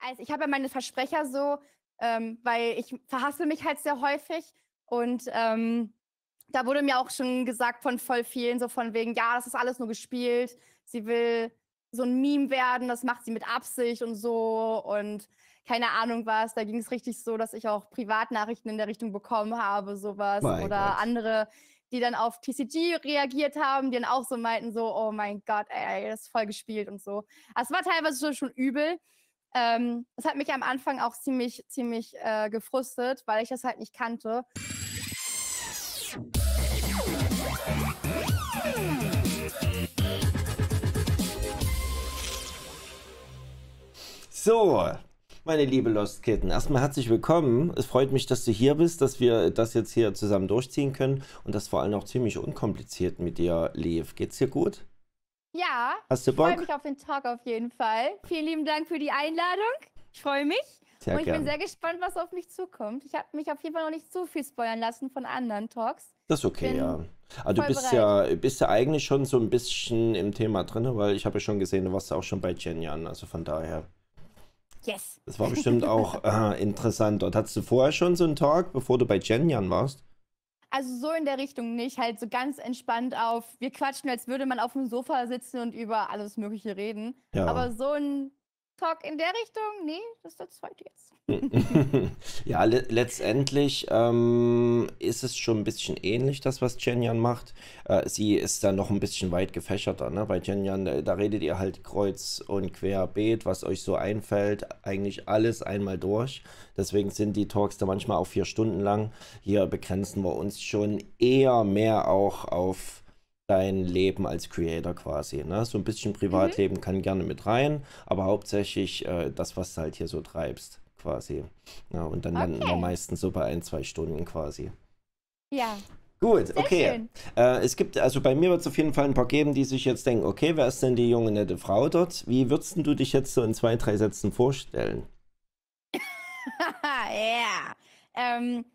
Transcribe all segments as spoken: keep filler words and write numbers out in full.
Also, ich habe ja meine Versprecher so, ähm, weil ich verhaspel mich halt sehr häufig und, ähm, da wurde mir auch schon gesagt von voll vielen so von wegen: „Ja, das ist alles nur gespielt. Sie will so 'n Meme werden, das macht sie mit Absicht und so und keine Ahnung was." Da ging's richtig so, dass ich auch Privatnachrichten in der Richtung bekommen habe, so was. Mein Oder Gott. andere, die dann auf T C G reagiert haben, die dann auch so meinten so: „Oh mein Gott, ey, das ist voll gespielt" und so. Also, es war teilweise schon schon übel. Ähm, es hat mich am Anfang auch ziemlich ziemlich, äh, gefrustet, weil ich das halt nicht kannte. So, meine liebe Lost Kitten, erstmal herzlich willkommen. Es freut mich, dass du hier bist, dass wir das jetzt hier zusammen durchziehen können und das vor allem auch ziemlich unkompliziert mit dir lief. Geht's dir gut? Ja, Hast du ich freue Bock? mich auf den Talk auf jeden Fall. Vielen lieben Dank für die Einladung. Ich freue mich Sehr und ich bin gern. sehr gespannt, was auf mich zukommt. Ich habe mich auf jeden Fall noch nicht zu viel spoilern lassen von anderen Talks. Das ist Ich okay, bin ja. Aber du voll bist bereit. ja, bist ja eigentlich schon so ein bisschen im Thema drin, weil ich habe ja schon gesehen, du warst ja auch schon bei Jenjan, also von daher. Yes. Das war bestimmt auch äh, interessant. Dort hattest du vorher schon so einen Talk, bevor du bei Jenjan warst? Also, so in der Richtung nicht, halt so ganz entspannt auf wir quatschen, als würde man auf'm Sofa sitzen und über alles Mögliche reden. Ja. Aber so 'n Talk in der Richtung, ne, das ist der zweite jetzt. Ja, le letztendlich ähm, ist es schon ein bisschen ähnlich, das, was Jenjan macht. Äh, sie ist dann noch ein bisschen weit gefächerter, ne? Bei Jenjan, äh, da redet ihr halt kreuz und querbeet, was euch so einfällt, eigentlich alles einmal durch. Deswegen sind die Talks da manchmal auch vier Stunden lang. Hier begrenzen wir uns schon eher mehr auch auf dein Leben als Creator quasi, ne? So ein bisschen Mhm, Privatleben kann gerne mit rein, aber hauptsächlich äh, das, was du halt hier so treibst quasi. Ja, und dann landen wir okay. meistens so bei ein, zwei Stunden quasi. Ja, Gut, sehr okay. schön. Äh, es gibt, also bei mir wird es auf jeden Fall ein paar geben, die sich jetzt denken, okay, wer ist denn die junge, nette Frau dort? Wie würdest denn du dich jetzt so in zwei, drei Sätzen vorstellen? Ja. Ähm,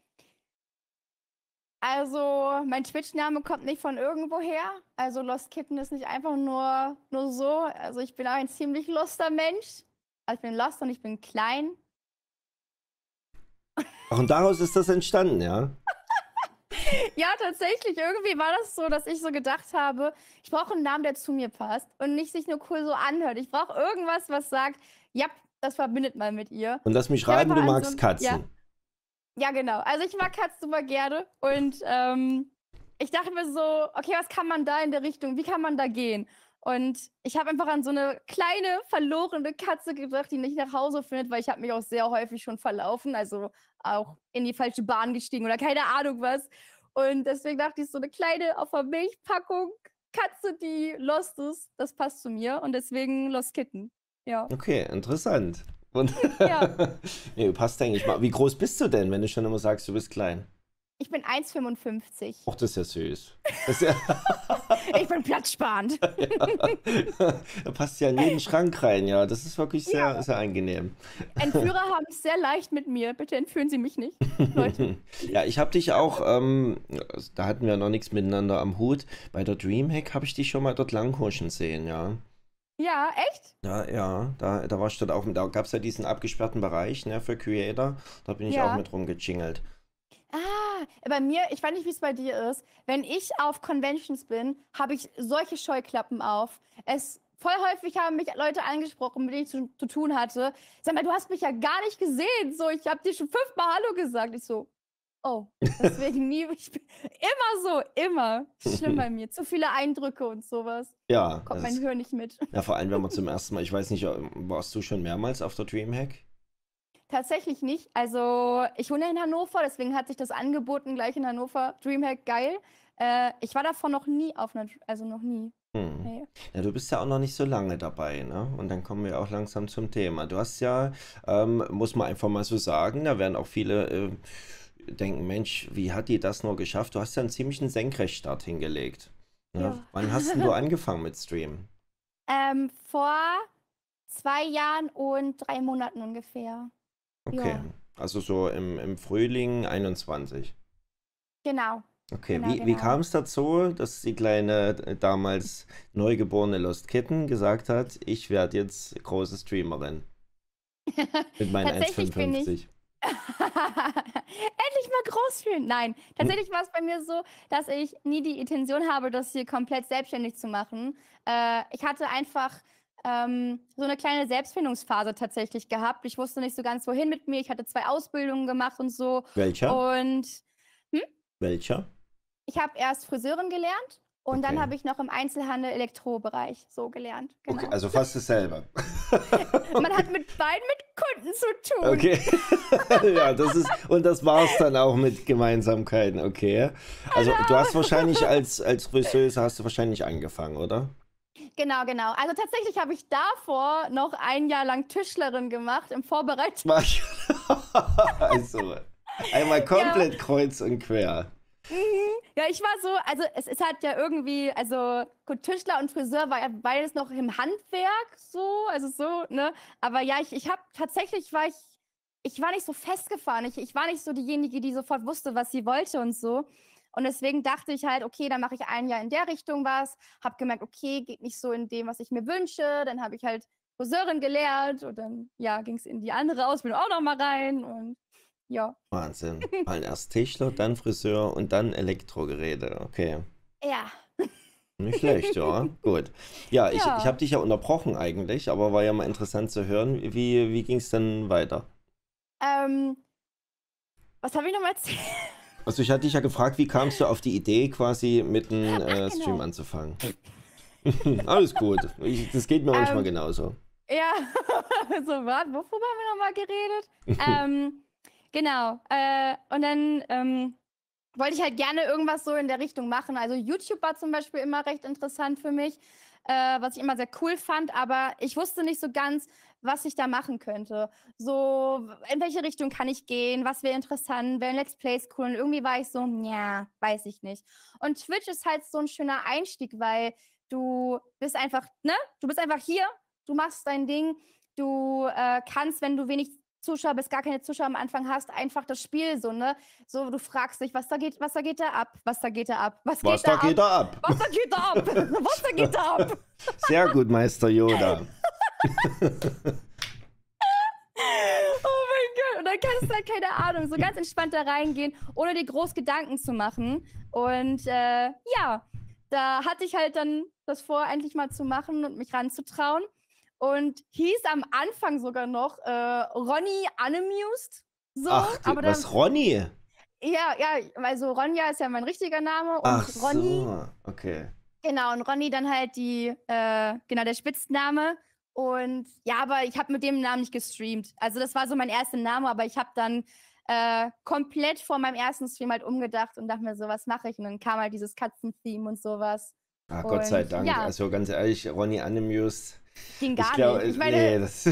also, mein Twitch-Name kommt nicht von irgendwoher. Also, Lost Kitten ist nicht einfach nur nur so. Also, ich bin auch ein ziemlich luster Mensch. Also, ich bin lost und ich bin klein. Ach, und daraus ist das entstanden, ja? Ja, tatsächlich. Irgendwie war das so, dass ich so gedacht habe, ich brauche einen Namen, der zu mir passt und nicht sich nur cool so anhört. Ich brauche irgendwas, was sagt: „Ja, das verbindet man mit ihr." Und lass mich Ich habe raten, einfach du an so magst 'n ja, Katzen. ja, genau. Also, ich mag Katzen super gerne und, ähm, ich dachte mir so: „Okay, was kann man da in der Richtung wie kann man da gehen?" Und ich habe einfach an so 'ne kleine verlorene Katze gedacht, die nicht nach Hause findet, weil ich habe mich auch sehr häufig schon verlaufen, also, auch in die falsche Bahn gestiegen oder keine Ahnung was. Und deswegen dachte ich, so 'ne kleine auf der Milchpackung Katze, die lost ist, das passt zu mir und deswegen Lost Kitten. Ja. Okay, interessant. Und Ja. nee, passt eigentlich mal. Wie groß bist du denn, wenn du schon immer sagst, du bist klein? Ich bin eins Komma fünfundfünfzig. Och, das ist ja süß. Das ist ja, Ich bin platzsparend. ja. Da passt ja in jeden Schrank rein, ja. Das ist wirklich sehr, Ja. sehr angenehm. Entführer haben es sehr leicht mit mir. Bitte entführen Sie mich nicht, Leute. Ja, ich habe dich auch, ähm, da hatten wir noch nichts miteinander am Hut. Bei der Dreamhack habe ich dich schon mal dort langhuschen sehen, ja. Ja, echt? Ja, ja, da, da warst du da auch, da gab es ja diesen abgesperrten Bereich, ne, für Creator. Da bin ich auch Ja. mit rumgejingelt. Ah, bei mir ich weiß nicht, wie's bei dir ist. Wenn ich auf Conventions bin, habe ich solche Scheuklappen auf. Es voll häufig haben mich Leute angesprochen, mit denen ich zu zu tun hatte: „Sag mal, du hast mich ja gar nicht gesehen. So, ich habe dir schon fünfmal Hallo gesagt." Ich so: „Oh, deswegen nie." Ich bin immer so, immer. Schlimm bei mir. Zu viele Eindrücke und so was. Ja, Kommt das mein ist, Hirn nicht mit. ja, vor allem, wenn man zum ersten Mal, ich weiß nicht, warst du schon mehrmals auf der Dreamhack? Tatsächlich nicht. Also, ich wohne in Hannover, deswegen hat sich das angeboten, gleich in Hannover. Dreamhack, geil. Äh, ich war davor noch nie auf 'ner Dr also, noch nie. Hm. Ne. Ja, du bist ja auch noch nicht so lange dabei, ne? Und dann kommen wir auch langsam zum Thema. Du hast ja, ähm, muss man einfach mal so sagen, da werden auch viele äh, denken, Mensch, wie hat die das nur geschafft? Du hast ja einen ziemlichen Senkrechtstart hingelegt. Ne? Ja. Wann hast denn du angefangen mit Stream? Ähm, vor zwei Jahren und drei Monaten ungefähr. Okay, Ja, also so im, im Frühling einundzwanzig. genau. Okay, Genau, wie, wie genau. kam es dazu, dass die kleine, äh, damals neugeborene Lost Kitten gesagt hat, ich werde jetzt große Streamerin? Mit meinen Tatsächlich bin ich. eins Komma fünfundfünfzig. Endlich mal groß fühlen. Nein, Hm, tatsächlich war es bei mir so, dass ich nie die Intention habe, das hier komplett selbstständig zu machen. Äh, ich hatte einfach ähm, so eine kleine Selbstfindungsphase tatsächlich gehabt. Ich wusste nicht so ganz, wohin mit mir. Ich hatte zwei Ausbildungen gemacht und so. Welcher? Und hm? Welcher? Ich habe erst Friseurin gelernt und dann Okay. habe ich noch im Einzelhandel Elektrobereich so gelernt. Okay, Genau. also fast dasselbe. Man hat mit beiden mit Kunden zu tun. Okay. Ja, das ist, und das war's dann auch mit Gemeinsamkeiten, okay. Also du hast wahrscheinlich als, als Friseuse hast du wahrscheinlich angefangen, oder? Genau, genau. Also tatsächlich habe ich davor noch ein Jahr lang Tischlerin gemacht im Vorbereitung. War ich- Also, einmal Ja. komplett kreuz und quer. Mhm. Ja, ich war so, also es ist halt ja irgendwie, also gut, Tischler und Friseur war ja beides noch im Handwerk so, also so, ne? Aber ja, ich, ich habe tatsächlich war ich, ich war nicht so festgefahren. Ich, ich war nicht so diejenige, die sofort wusste, was sie wollte und so. Und deswegen dachte ich halt, okay, dann mache ich ein Jahr in der Richtung was, habe gemerkt, okay, geht nicht so in dem, was ich mir wünsche. Dann habe ich halt Friseurin gelernt und dann, ja, ging es in die andere Ausbildung auch noch mal rein und ja. Wahnsinn. Mal erst Tischler, dann Friseur und dann Elektrogeräte. Okay. Ja. Nicht schlecht, ja. Gut. Ja, ich, ich Ja. habe dich ja unterbrochen eigentlich, aber war ja mal interessant zu hören. Wie, wie ging es dann weiter? Ähm, was habe ich noch mal erzählt? Also ich hatte dich ja gefragt, wie kamst du auf die Idee, quasi mit einem Ach, äh, Stream genau. anzufangen? Alles gut. Ich, das geht mir manchmal Ähm, genauso. ja, so, warte, worüber haben wir nochmal geredet? Ähm, genau. Äh, und dann ähm, wollte ich halt gerne irgendwas so in der Richtung machen. Also YouTube war zum Beispiel immer recht interessant für mich, äh, was ich immer sehr cool fand, aber ich wusste nicht so ganz, was ich da machen könnte. So, in welche Richtung kann ich gehen? Was wäre interessant? Wären Let's Plays cool? Und irgendwie war ich so, ja, weiß ich nicht. Und Twitch ist halt so ein schöner Einstieg, weil du bist einfach, ne? Du bist einfach hier, du machst dein Ding, du äh, kannst, wenn du wenig Zuschauer bis gar keine Zuschauer am Anfang hast, einfach das Spiel so, ne? So, du fragst dich, was da geht, was da geht da ab? Was da geht da ab? Was Was geht da da geht ab? da ab? Was da geht da ab? Was da geht da ab? Sehr gut, Meister Yoda. Oh mein Gott. Und dann kannst du halt, keine Ahnung, so ganz entspannt da reingehen, ohne dir groß Gedanken zu machen. Und äh, ja, da hatte ich halt dann das vor, endlich mal zu machen und mich ranzutrauen. Und hieß am Anfang sogar noch äh, Ronny Unamused. So, Ach, du, aber dann, was, Ronny? ja, ja, also Ronja ist ja mein richtiger Name und Ach Ronny, so, okay. genau, und Ronny dann halt die, äh, genau, der Spitzname. Und ja, aber ich habe mit dem Namen nicht gestreamt. Also das war so mein erster Name, aber ich habe dann äh, komplett vor meinem ersten Stream halt umgedacht und dachte mir so, was mache ich? Und dann kam halt dieses Katzen-Theme und sowas. Ah, Gott sei Und Dank. ja, Also ganz ehrlich, Ronny Unamused. ging Ich gar glaube, nicht. Ich nee, meine, das.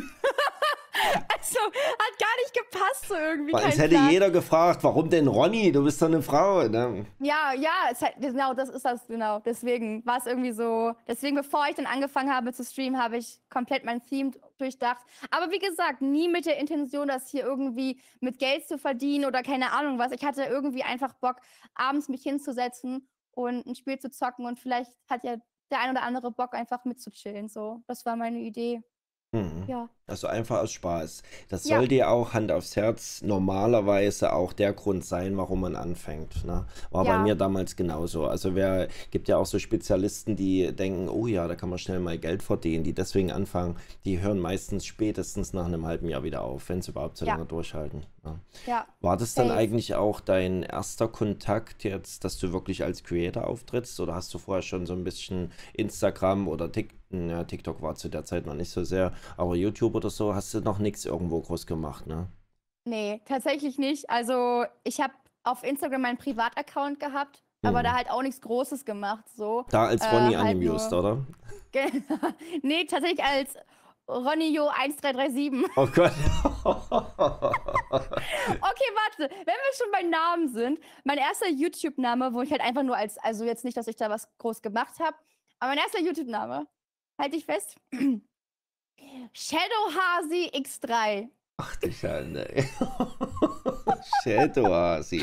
also hat gar nicht gepasst, so irgendwie, Es kein hätte Plan. jeder gefragt, warum denn Ronny? Du bist doch eine Frau, ne? Ja, ja, es hat, genau, das ist das, genau. Deswegen war es irgendwie so. Deswegen, bevor ich dann angefangen habe zu streamen, habe ich komplett mein Theme durchdacht. Aber wie gesagt, nie mit der Intention, das hier irgendwie mit Geld zu verdienen oder keine Ahnung was. Ich hatte irgendwie einfach Bock, abends mich hinzusetzen und ein Spiel zu zocken und vielleicht hat ja der ein oder andere Bock, einfach mitzuchillen. So, das war meine Idee. Mhm. Ja. Also einfach aus Spaß. Das Ja. sollte ja auch, Hand aufs Herz, normalerweise auch der Grund sein, warum man anfängt. Ne? War bei Ja. mir damals genauso. Also wer gibt ja auch so Spezialisten, die denken, oh ja, da kann man schnell mal Geld verdienen, die deswegen anfangen, die hören meistens spätestens nach einem halben Jahr wieder auf, wenn sie überhaupt so Ja. lange durchhalten. Ne? Ja. War das dann Safe. eigentlich auch dein erster Kontakt jetzt, dass du wirklich als Creator auftrittst? Oder hast du vorher schon so ein bisschen Instagram oder TikTok, ja, TikTok war zu der Zeit noch nicht so sehr, aber YouTube oder so, hast du noch nichts irgendwo groß gemacht, ne? Nee, tatsächlich nicht. Also, ich habe auf Instagram meinen Privataccount gehabt, aber da Mhm. halt auch nichts Großes gemacht, so. Da als Äh, Ronny halt Unamused, nur. oder? Ge- Nee, tatsächlich als Ronny-Jo eins drei drei sieben. Oh Gott. Okay, warte, wenn wir schon bei Namen sind, mein erster YouTube-Name, wo ich halt einfach nur als, also jetzt nicht, dass ich da was groß gemacht habe, aber mein erster YouTube-Name, halte ich fest, Shadowhasi X drei. Ach du Schande. Shadowhasi.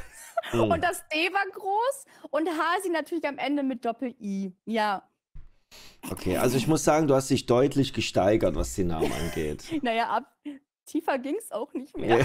Und Hm. das D war groß und Hasi natürlich am Ende mit Doppel-I. Ja. Okay, also ich muss sagen, du hast dich deutlich gesteigert, was die Namen angeht. Naja, ab tiefer ging's auch nicht mehr.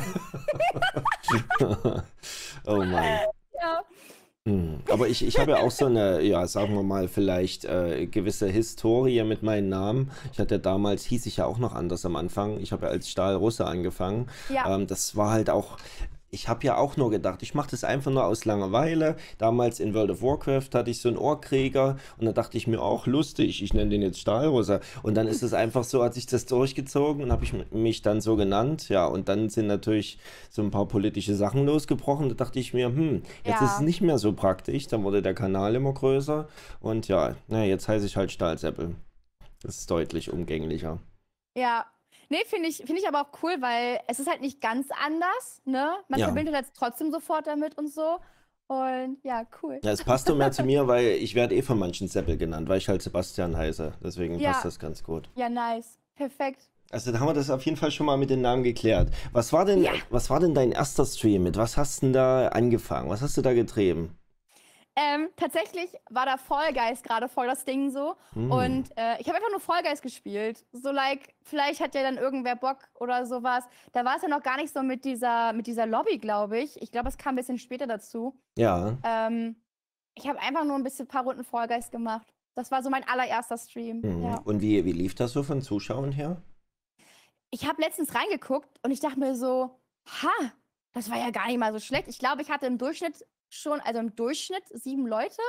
Ja. Oh Mann. Ja. Hm, Aber ich, ich habe ja auch so eine, ja, sagen wir mal, vielleicht äh, gewisse Historie mit meinen Namen. Ich hatte damals, hieß ich ja auch noch anders am Anfang. Ich habe ja als Stahlrusse angefangen. Ja. Ähm, das war halt auch, ich habe ja auch nur gedacht, ich mache das einfach nur aus Langeweile. Damals in World of Warcraft hatte ich so einen Ohrkrieger und da dachte ich mir auch, lustig, ich nenne den jetzt Stahlrusse. Und dann ist es einfach so, hat sich das durchgezogen und habe ich m- mich dann so genannt. Ja, und dann sind natürlich so ein paar politische Sachen losgebrochen. Da dachte ich mir, hm, jetzt ist es Ja. nicht mehr so praktisch. Dann wurde der Kanal immer größer und ja, na, jetzt heiße ich halt Stahlseppel. Das ist deutlich umgänglicher. Ja. Nee, finde ich, finde ich aber auch cool, weil es ist halt nicht ganz anders, ne? Man Ja. verbindet jetzt trotzdem sofort damit und so. Und ja, cool. Ja, es passt nur mehr zu mir, weil ich werde eh von manchen Seppel genannt, weil ich halt Sebastian heiße. Deswegen passt Ja, das ganz gut. ja, nice. Perfekt. Also da haben wir das auf jeden Fall schon mal mit den Namen geklärt. Was war denn, Ja. was war denn dein erster Stream? Mit was hast du denn da angefangen? Was hast du da getrieben? Ähm, tatsächlich war da Fall Guys gerade voll das Ding so. Hm, Und äh, ich habe einfach nur Fall Guys gespielt. So like, vielleicht hat ja dann irgendwer Bock oder sowas. Da war es ja noch gar nicht so mit dieser, mit dieser Lobby, glaube ich. Ich glaube, es kam ein bisschen später dazu. ja. Ähm, ich habe einfach nur ein bisschen paar Runden Fall Guys gemacht. Das war so mein allererster Stream. Hm. Ja. Und wie, wie lief das so von Zuschauern her? Ich habe letztens reingeguckt und ich dachte mir so, ha, das war ja gar nicht mal so schlecht. Ich glaube, ich hatte im Durchschnitt schon, also im Durchschnitt sieben Leute.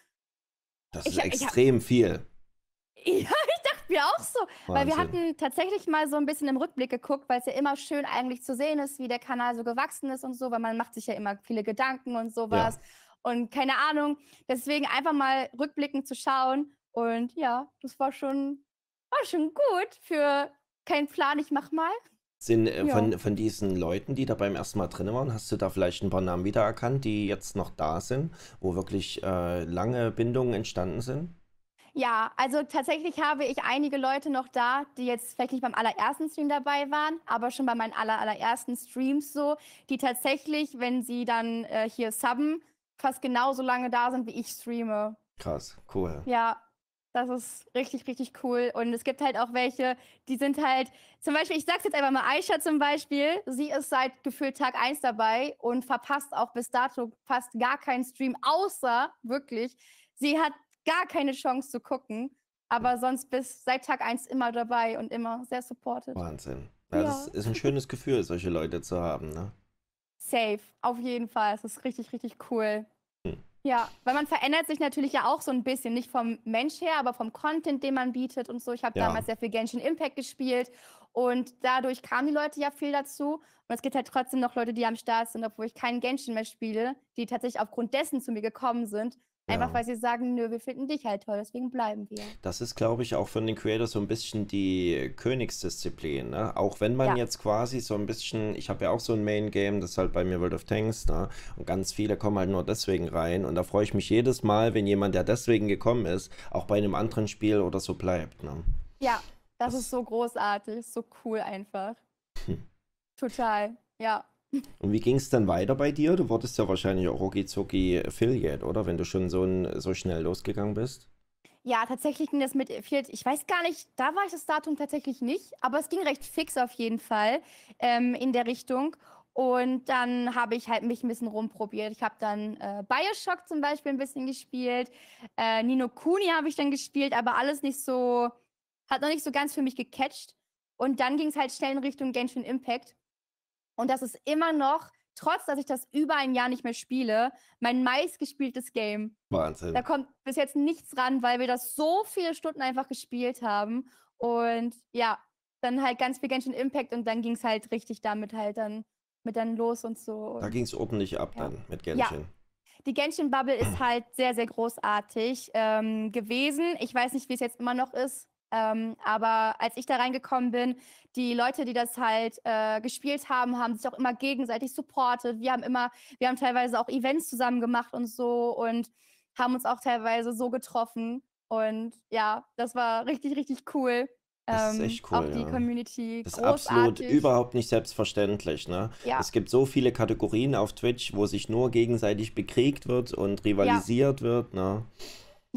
Das Ich, ist ich habe extrem viel. Ja, ich dachte mir auch so. Weil wir Wahnsinn. hatten tatsächlich mal so ein bisschen im Rückblick geguckt, weil es ja immer schön eigentlich zu sehen ist, wie der Kanal so gewachsen ist und so, weil man macht sich ja immer viele Gedanken und Ja. sowas. Und keine Ahnung. Deswegen einfach mal rückblickend zu schauen. Und ja, das war schon, war schon gut für keinen Plan, ich mach mal. Sind äh, Ja. von, von diesen Leuten, die da beim ersten Mal drin waren, hast du da vielleicht ein paar Namen wiedererkannt, die jetzt noch da sind, wo wirklich äh, lange Bindungen entstanden sind? Ja, also tatsächlich habe ich einige Leute noch da, die jetzt vielleicht nicht beim allerersten Stream dabei waren, aber schon bei meinen aller, allerersten Streams so, die tatsächlich, wenn sie dann äh, hier subben, fast genauso lange da sind, wie ich streame. Krass, cool. Ja, das ist richtig, richtig cool. Und es gibt halt auch welche, die sind halt, zum Beispiel, ich sag's jetzt einfach mal, Aisha zum Beispiel, sie ist seit gefühlt Tag eins dabei und verpasst auch bis dato fast gar keinen Stream, außer wirklich, sie hat gar keine Chance zu gucken, aber sonst bis seit Tag eins immer dabei und immer sehr supported. Wahnsinn. Ja, das Ja, ist ein schönes Gefühl, solche Leute zu haben, ne? safe, auf jeden Fall. Es ist richtig, richtig cool. Hm. Ja, weil man verändert sich natürlich ja auch so ein bisschen, nicht vom Mensch her, aber vom Content, den man bietet und so. Ich habe Ja, damals sehr viel Genshin Impact gespielt und dadurch kamen die Leute ja viel dazu. Und es gibt halt trotzdem noch Leute, die am Start sind, obwohl ich keinen Genshin mehr spiele, die tatsächlich aufgrund dessen zu mir gekommen sind. Einfach ja. weil sie sagen, nö, wir finden dich halt toll, deswegen bleiben wir. Das ist, glaube ich, auch von den Creators so ein bisschen die Königsdisziplin, ne? Auch wenn man Ja, jetzt quasi so ein bisschen, ich habe ja auch so ein Main-Game, das ist halt bei mir World of Tanks, ne? Und ganz viele kommen halt nur deswegen rein. Und da freue ich mich jedes Mal, wenn jemand, der deswegen gekommen ist, auch bei einem anderen Spiel oder so bleibt, ne? ja, das ist Das, so großartig, so cool einfach. hm. Total, ja. Und wie ging es dann weiter bei dir? Du wurdest ja wahrscheinlich auch rucki Affiliate, oder? Wenn du schon so, ein, so schnell losgegangen bist. Ja, tatsächlich ging das mit Affiliate, ich weiß gar nicht, da war ich das Datum tatsächlich nicht, aber es ging recht fix auf jeden Fall ähm, in der Richtung. Und dann habe ich halt mich ein bisschen rumprobiert. Ich habe dann äh, BioShock zum Beispiel ein bisschen gespielt, äh, Ni no Kuni habe ich dann gespielt, aber alles nicht so, hat noch nicht so ganz für mich gecatcht. Und dann ging es halt schnell in Richtung Genshin Impact. Und das ist immer noch, trotz dass ich das über ein Jahr nicht mehr spiele, mein meistgespieltes Game. Da Wahnsinn. kommt bis jetzt nichts ran, weil wir das so viele Stunden einfach gespielt haben. Und ja, dann halt ganz viel Genshin Impact und dann ging es halt richtig damit halt dann mit dann los und so. Da Und ging es ordentlich ab ja. dann mit Ja, Genshin. die Genshin-Bubble ist halt sehr, sehr großartig ähm, gewesen. Ich weiß nicht, wie es jetzt immer noch ist. Ähm, aber als ich da reingekommen bin, die Leute, die das halt äh, gespielt haben, haben sich auch immer gegenseitig supportet. Wir haben immer, wir haben teilweise auch Events zusammen gemacht und so und haben uns auch teilweise so getroffen. Und ja, das war richtig, richtig cool. Das ist Ähm, echt auch cool, die ja. Community Das ist absolut großartig. überhaupt nicht selbstverständlich, ne? Ja, Es gibt so viele Kategorien auf Twitch, wo sich nur gegenseitig bekriegt wird und ja, rivalisiert wird, ne? ja.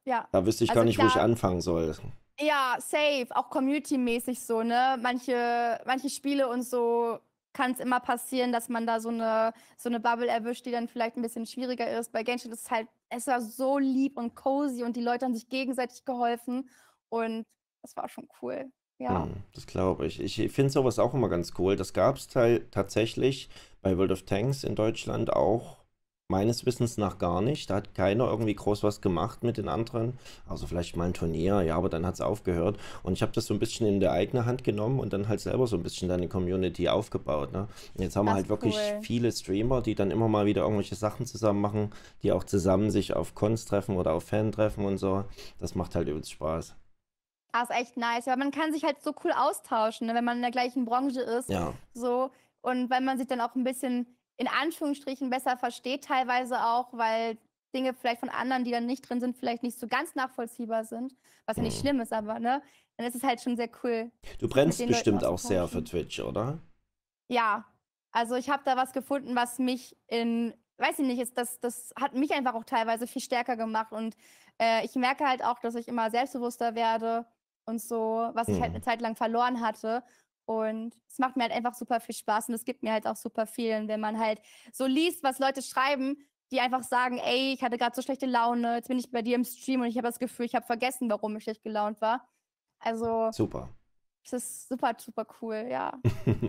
Ja. Da wüsste ich gar Also nicht, wo ich klar, anfangen soll. ja, safe, auch community-mäßig so, ne? Manche, manche Spiele und so kann es immer passieren, dass man da so eine, so eine Bubble erwischt, die dann vielleicht ein bisschen schwieriger ist. Bei Genshin ist es halt, es war so lieb und cozy und die Leute haben sich gegenseitig geholfen und das war schon cool. Ja. Hm, das glaube ich. Ich finde sowas auch immer ganz cool. Das gab es tatsächlich bei World of Tanks in Deutschland auch meines Wissens nach gar nicht. Da hat keiner irgendwie groß was gemacht mit den anderen. Also vielleicht mal ein Turnier, ja, aber dann hat es aufgehört. Und ich habe das so ein bisschen in der eigene Hand genommen und dann halt selber so ein bisschen deine Community aufgebaut. Ne? Und jetzt haben wir Das halt ist wirklich cool. viele Streamer, die dann immer mal wieder irgendwelche Sachen zusammen machen, die auch zusammen sich auf Cons treffen oder auf Fan-Treffen und so. Das macht halt übelst Spaß. Ah, ist echt nice. Aber man kann sich halt so cool austauschen, ne, wenn man in der gleichen Branche ist. Ja. So. Und weil man sich dann auch ein bisschen in Anführungsstrichen besser versteht, teilweise auch, weil Dinge vielleicht von anderen, die dann nicht drin sind, vielleicht nicht so ganz nachvollziehbar sind. Was ja nicht Hm. schlimm ist, aber, ne? Dann ist es halt schon sehr cool, Du sich mit brennst den Leuten bestimmt auch sehr für auszutauschen. Twitch, oder? Ja, also ich habe da was gefunden, was mich in, weiß ich nicht, ist das, das hat mich einfach auch teilweise viel stärker gemacht und äh, ich merke halt auch, dass ich immer selbstbewusster werde und so, was ich halt eine Hm. Zeit lang verloren hatte. Und es macht mir halt einfach super viel Spaß und es gibt mir halt auch super viel. Und wenn man halt so liest, was Leute schreiben, die einfach sagen, ey, ich hatte gerade so schlechte Laune, jetzt bin ich bei dir im Stream und ich habe das Gefühl, ich habe vergessen, warum ich schlecht gelaunt war. Also, Super. es ist super, super cool, ja.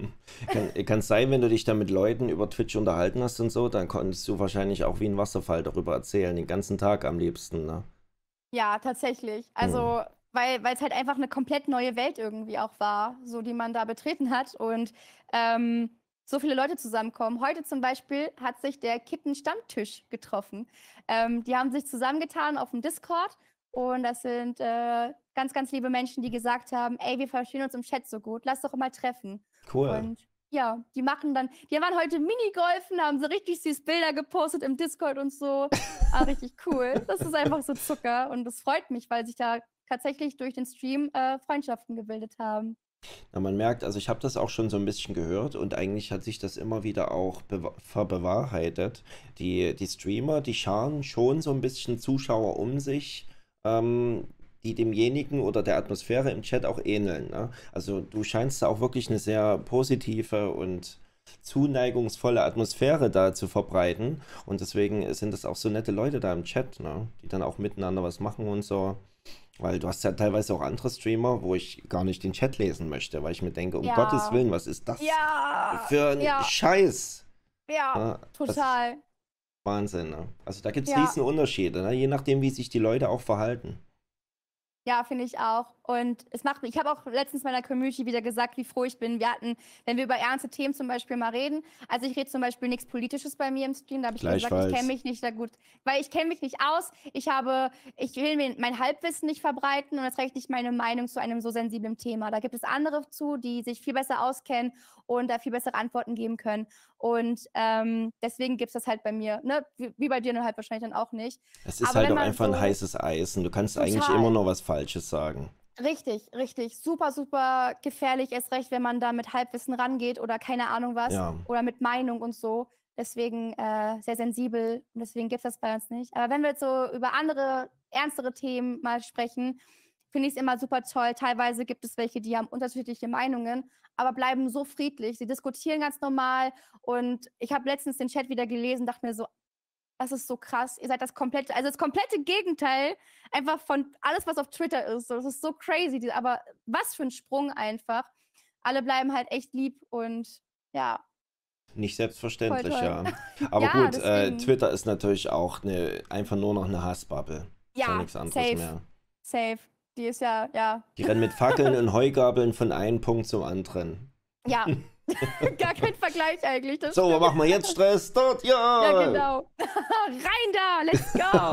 Kann, kann sein, wenn du dich dann mit Leuten über Twitch unterhalten hast und so, dann konntest du wahrscheinlich auch wie ein Wasserfall darüber erzählen, den ganzen Tag am liebsten, ne? Ja, tatsächlich. Hm. Also, weil es halt einfach eine komplett neue Welt irgendwie auch war, so die man da betreten hat und ähm, so viele Leute zusammenkommen. Heute zum Beispiel hat sich der Kitten-Stammtisch getroffen. Ähm, die haben sich zusammengetan auf dem Discord und das sind äh, ganz, ganz liebe Menschen, die gesagt haben, ey, wir verstehen uns im Chat so gut, lass doch mal treffen. Cool. Und ja, die machen dann, die waren heute Minigolfen, haben so richtig süß Bilder gepostet im Discord und so. Ah, richtig cool. Das ist einfach so Zucker und das freut mich, weil sich da tatsächlich durch den Stream äh, Freundschaften gebildet haben. Na, man merkt, also ich habe das auch schon so ein bisschen gehört und eigentlich hat sich das immer wieder auch bewa- verbewahrheitet. Die, die Streamer, die scharen schon so ein bisschen Zuschauer um sich, ähm, die demjenigen oder der Atmosphäre im Chat auch ähneln. Ne? Also du scheinst da auch wirklich eine sehr positive und zuneigungsvolle Atmosphäre da zu verbreiten. Und deswegen sind das auch so nette Leute da im Chat, ne? Die dann auch miteinander was machen und so. Weil du hast ja teilweise auch andere Streamer, wo ich gar nicht den Chat lesen möchte, weil ich mir denke, um Gottes Ja, Willen, was ist das ja, für ein ja, Scheiß? ja, Ja, das ist total. Wahnsinn, ne? Also da gibt es Ja. riesen Unterschiede, ne? Je nachdem, wie sich die Leute auch verhalten. Ja, finde ich auch. Und es macht mich, ich habe auch letztens meiner Community wieder gesagt, wie froh ich bin. Wir hatten, wenn wir über ernste Themen zum Beispiel mal reden, also ich rede zum Beispiel nichts Politisches bei mir im Stream, da habe ich gesagt, ich kenne Gleichfalls. mich nicht da gut, weil ich kenne mich nicht aus. Ich habe, ich will mir mein Halbwissen nicht verbreiten und das reicht nicht meine Meinung zu einem so sensiblen Thema. Da gibt es andere zu, die sich viel besser auskennen und da viel bessere Antworten geben können. Und ähm, deswegen gibt es das halt bei mir, ne? Wie, wie bei dir dann halt wahrscheinlich dann auch nicht. Es ist Aber halt wenn auch man einfach ein so heißes Eisen. Du kannst eigentlich immer total. noch was Falsches sagen. Richtig, richtig. Super, super gefährlich, erst recht, wenn man da mit Halbwissen rangeht oder keine Ahnung was Ja. oder mit Meinung und so. Deswegen äh, sehr sensibel und deswegen gibt es das bei uns nicht. Aber wenn wir jetzt so über andere, ernstere Themen mal sprechen, finde ich es immer super toll. Teilweise gibt es welche, die haben unterschiedliche Meinungen, aber bleiben so friedlich. Sie diskutieren ganz normal und ich habe letztens den Chat wieder gelesen, dachte mir so, das ist so krass. Ihr seid das komplette, also das komplette Gegenteil einfach von alles, was auf Twitter ist. Das ist so crazy. die- Aber was für ein Sprung einfach. Alle bleiben halt echt lieb und ja, Nicht voll selbstverständlich, toll. ja. Aber Ja, gut, äh, deswegen. Twitter ist natürlich auch eine, einfach nur noch eine Hassbubble. Ist ja Ja, nichts anderes safe, mehr. safe. Die ist ja, ja, Die rennen mit Fackeln und Heugabeln von einem Punkt zum anderen. ja. Gar kein Vergleich eigentlich, das So, stimmt. machen wir jetzt Stress? Dort, Ja, ja! genau. Rein da, let's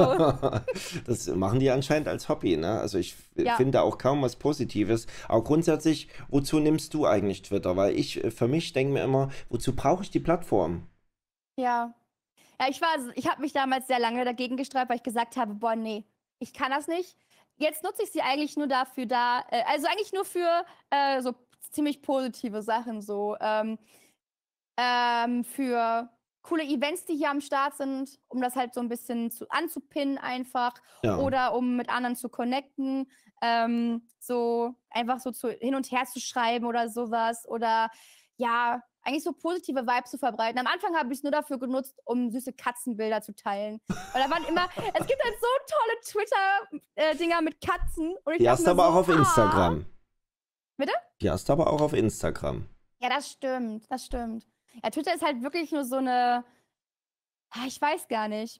go. Das machen die anscheinend als Hobby, ne? Also ich f- Ja, finde auch kaum was Positives. Aber grundsätzlich, wozu nimmst du eigentlich Twitter? Weil ich äh, für mich denke mir immer, wozu brauche ich die Plattform? ja. Ja, ich war, ich habe mich damals sehr lange dagegen gesträubt, weil ich gesagt habe, boah, nee, ich kann das nicht. Jetzt nutze ich sie eigentlich nur dafür da, äh, also eigentlich nur für äh, so ziemlich positive Sachen, so ähm, ähm, für coole Events, die hier am Start sind, um das halt so ein bisschen zu anzupinnen einfach Ja. oder um mit anderen zu connecten, ähm, so einfach so zu hin und her zu schreiben oder sowas oder ja, eigentlich so positive Vibes zu verbreiten. Am Anfang habe ich's nur dafür genutzt, um süße Katzenbilder zu teilen, weil da waren immer es gibt halt so tolle Twitter äh, Dinger mit Katzen und ich Die dachte hast du mir aber auch so: auf „Ah" Instagram. Bitte? Die hast du aber auch auf Instagram. Ja, das stimmt, das stimmt. Ja, Twitter ist halt wirklich nur so 'ne ah, ich weiß gar nicht.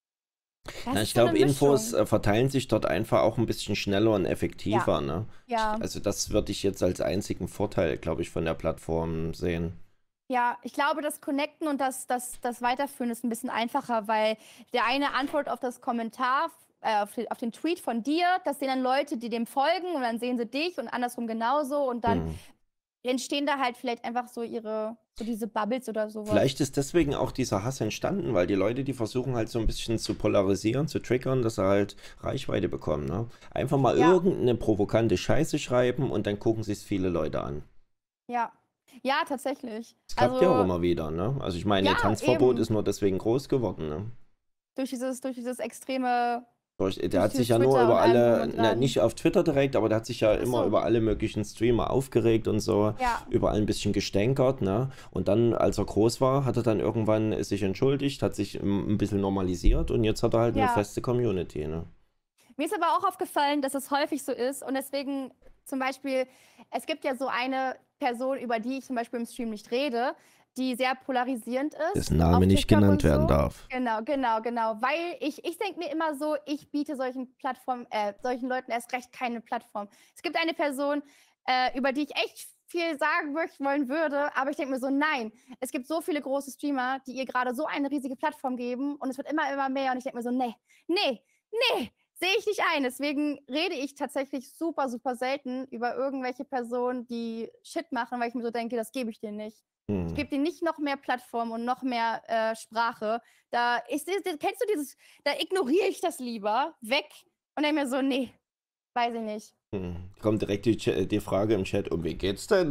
Das Na, ist ich so 'ne glaube, Infos Mischung. äh, verteilen sich dort einfach auch ein bisschen schneller und Ja, effektiver, ne? Ich, ja, also das würde ich jetzt als einzigen Vorteil, glaube ich, von der Plattform sehen. ja. Ich glaube, das Connecten und das das das Weiterführen ist 'n bisschen einfacher, weil der eine antwortet auf das Kommentar f äh, auf den auf den Tweet von dir, das sehen dann Leute, die dem folgen und dann sehen sie dich und andersrum genauso und dann Hm. entstehen da halt vielleicht einfach so ihre so diese Bubbles oder so was. Vielleicht ist deswegen auch dieser Hass entstanden, weil die Leute, die versuchen halt so ein bisschen zu polarisieren, zu triggern, dass sie halt Reichweite bekommen, ne? Einfach mal Ja, irgendeine provokante Scheiße schreiben und dann gucken sich's viele Leute an. ja. Ja, tatsächlich. Das klappt ja auch Also, immer wieder, ne? Also ich meine, ja, ihr Tanzverbot ist eben. nur deswegen groß geworden, ne? Durch dieses durch dieses extreme Durch, der durch hat sich dieses ja nur Twitter und über allem drum alle, und na, dran. nicht auf Twitter direkt, aber der hat sich ja Ach immer so, über alle möglichen Streamer aufgeregt und so, ja, überall ein bisschen gestänkert, ne? Und dann, als er groß war, hat er dann irgendwann sich entschuldigt, hat sich ähm, ein bisschen normalisiert und jetzt hat er halt eine ja. feste Community, ne? Mir ist aber auch aufgefallen, dass es häufig so ist und deswegen zum Beispiel, es gibt ja so eine Person, über die ich zum Beispiel im Stream nicht rede, die sehr polarisierend ist Dessen Name auf nicht TikTok genannt und werden so. darf. Genau, genau, genau. Weil ich, ich denke mir immer so, ich biete solchen Plattformen, äh, solchen Leuten erst recht keine Plattform. Es gibt eine Person, äh, über die ich echt viel sagen möchten wollen würde, aber ich denke mir so, nein, es gibt so viele große Streamer, die ihr gerade so eine riesige Plattform geben und es wird immer, immer mehr und ich denke mir so, nee, nee, nee, sehe ich nicht ein. Deswegen rede ich tatsächlich super, super selten über irgendwelche Personen, die Shit machen, weil ich mir so denke, das gebe ich dir nicht. Ich Hm. gebe dir nicht noch mehr Plattform und noch mehr äh, Sprache. Da ist, ist, kennst du dieses, da ignoriere ich das lieber weg und denke mir so, nee, weiß ich nicht. Hm. Kommt direkt die, Ch- die Frage im Chat, um wie geht's denn?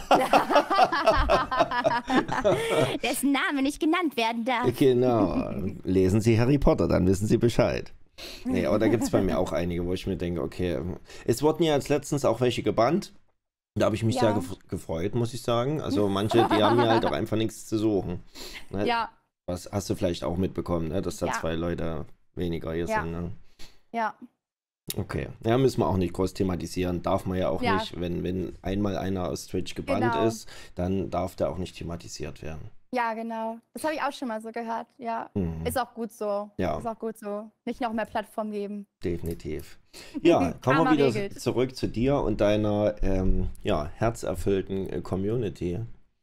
Dessen Name nicht genannt werden darf. Genau. Lesen Sie Harry Potter, dann wissen Sie Bescheid. Nee, aber da gibt es bei mir auch einige, wo ich mir denke, okay, es wurden ja jetzt letztens auch welche gebannt. Da habe ich mich sehr Ja. gef gefreut, muss ich sagen. Also manche, die haben ja halt auch einfach nichts zu suchen. Ne? Ja, Was hast du vielleicht auch mitbekommen, ne? Dass da ja, zwei Leute weniger hier ja, sind, ne? ja, Okay. Ja, müssen wir auch nicht groß thematisieren. Darf man ja auch ja, nicht. Wenn, wenn einmal einer aus Twitch gebannt genau. ist, dann darf der auch nicht thematisiert werden. Ja, genau. Das habe ich auch schon mal so gehört. Ja, Mhm. ist auch gut so. Ja. Ist auch gut so. Nicht noch mehr Plattform geben. Definitiv. Ja, kommen wir Karma wieder regelt. zurück zu dir und deiner ähm, ja, herzerfüllten äh, Community.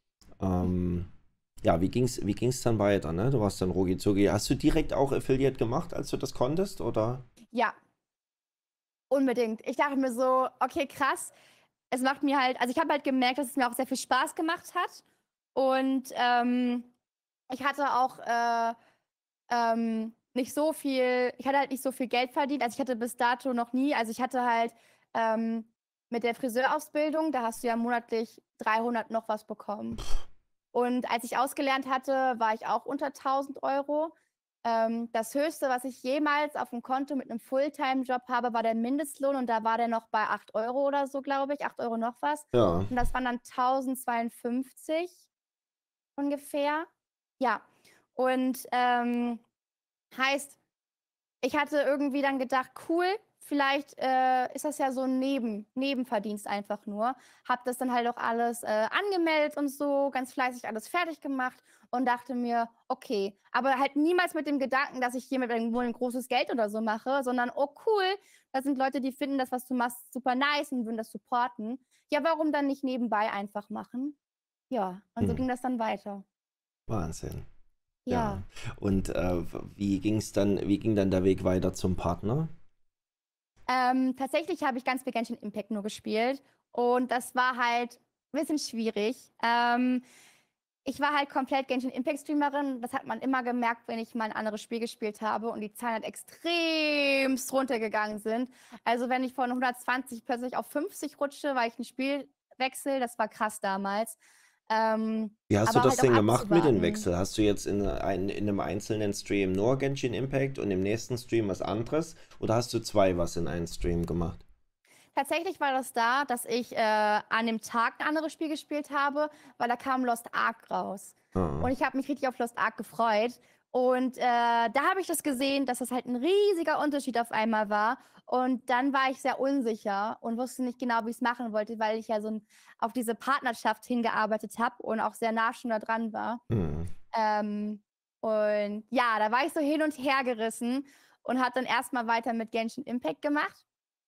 Ähm, ja, wie ging's, wie ging's dann weiter, ne? Du warst dann Rugi Zugi. Hast du direkt auch Affiliate gemacht, als du das konntest, oder? Ja, unbedingt. Ich dachte mir so, okay, krass. Es macht mir halt, also ich habe halt gemerkt, dass es mir auch sehr viel Spaß gemacht hat. Und ähm, ich hatte auch äh, ähm, nicht so viel, ich hatte halt nicht so viel Geld verdient. Also ich hatte bis dato noch nie, also ich hatte halt ähm, mit der Friseurausbildung, da hast du ja monatlich dreihundert noch was bekommen. Und als ich ausgelernt hatte, war ich auch unter tausend Euro. Ähm, das Höchste, was ich jemals auf dem Konto mit einem Fulltime-Job habe, war der Mindestlohn und da war der noch bei acht Euro oder so, glaube ich, acht Euro noch was. Ja. Und das waren dann tausendzweiundfünfzig ungefähr. Ja, und ähm, heißt, ich hatte irgendwie dann gedacht, cool, vielleicht äh, ist das ja so ein Neben Nebenverdienst einfach nur. Hab das dann halt auch alles äh, angemeldet und so, ganz fleißig alles fertig gemacht und dachte mir, okay, aber halt niemals mit dem Gedanken, dass ich hiermit irgendwo ein großes Geld oder so mache, sondern, oh cool, da sind Leute, die finden das, was du machst, super nice und würden das supporten. Ja, warum dann nicht nebenbei einfach machen? Ja, und so Hm. ging das dann weiter. Wahnsinn. Ja. Ja. Und äh, wie ging's dann, wie ging dann der Weg weiter zum Partner? Ähm, tatsächlich habe ich ganz viel Genshin Impact nur gespielt und das war halt ein bisschen schwierig. Ähm, ich war halt komplett Genshin Impact Streamerin. Das hat man immer gemerkt, wenn ich mal ein anderes Spiel gespielt habe und die Zahlen halt extremst runtergegangen sind. Also wenn ich von hundertzwanzig plötzlich auf fünfzig rutsche, weil ich ein Spiel wechsle, das war krass damals. Ähm, Wie hast du aber das halt auch denn gemacht mit dem abzuwarten. Wechsel? Hast du jetzt in, ein, in einem einzelnen Stream nur Genshin Impact und im nächsten Stream was anderes? Oder hast du zwei was in einen Stream gemacht? Tatsächlich war das da, dass ich äh, an dem Tag ein anderes Spiel gespielt habe, weil da kam Lost Ark raus. Ah, Und ich habe mich richtig auf Lost Ark gefreut. Und äh, da habe ich das gesehen, dass das halt ein riesiger Unterschied auf einmal war. Und dann war ich sehr unsicher und wusste nicht genau, wie ich es machen wollte, weil ich ja so ein, auf diese Partnerschaft hingearbeitet habe und auch sehr nah schon da dran war. hm. Ähm, und ja, da war ich so hin und her gerissen und habe dann erstmal weiter mit Genshin Impact gemacht,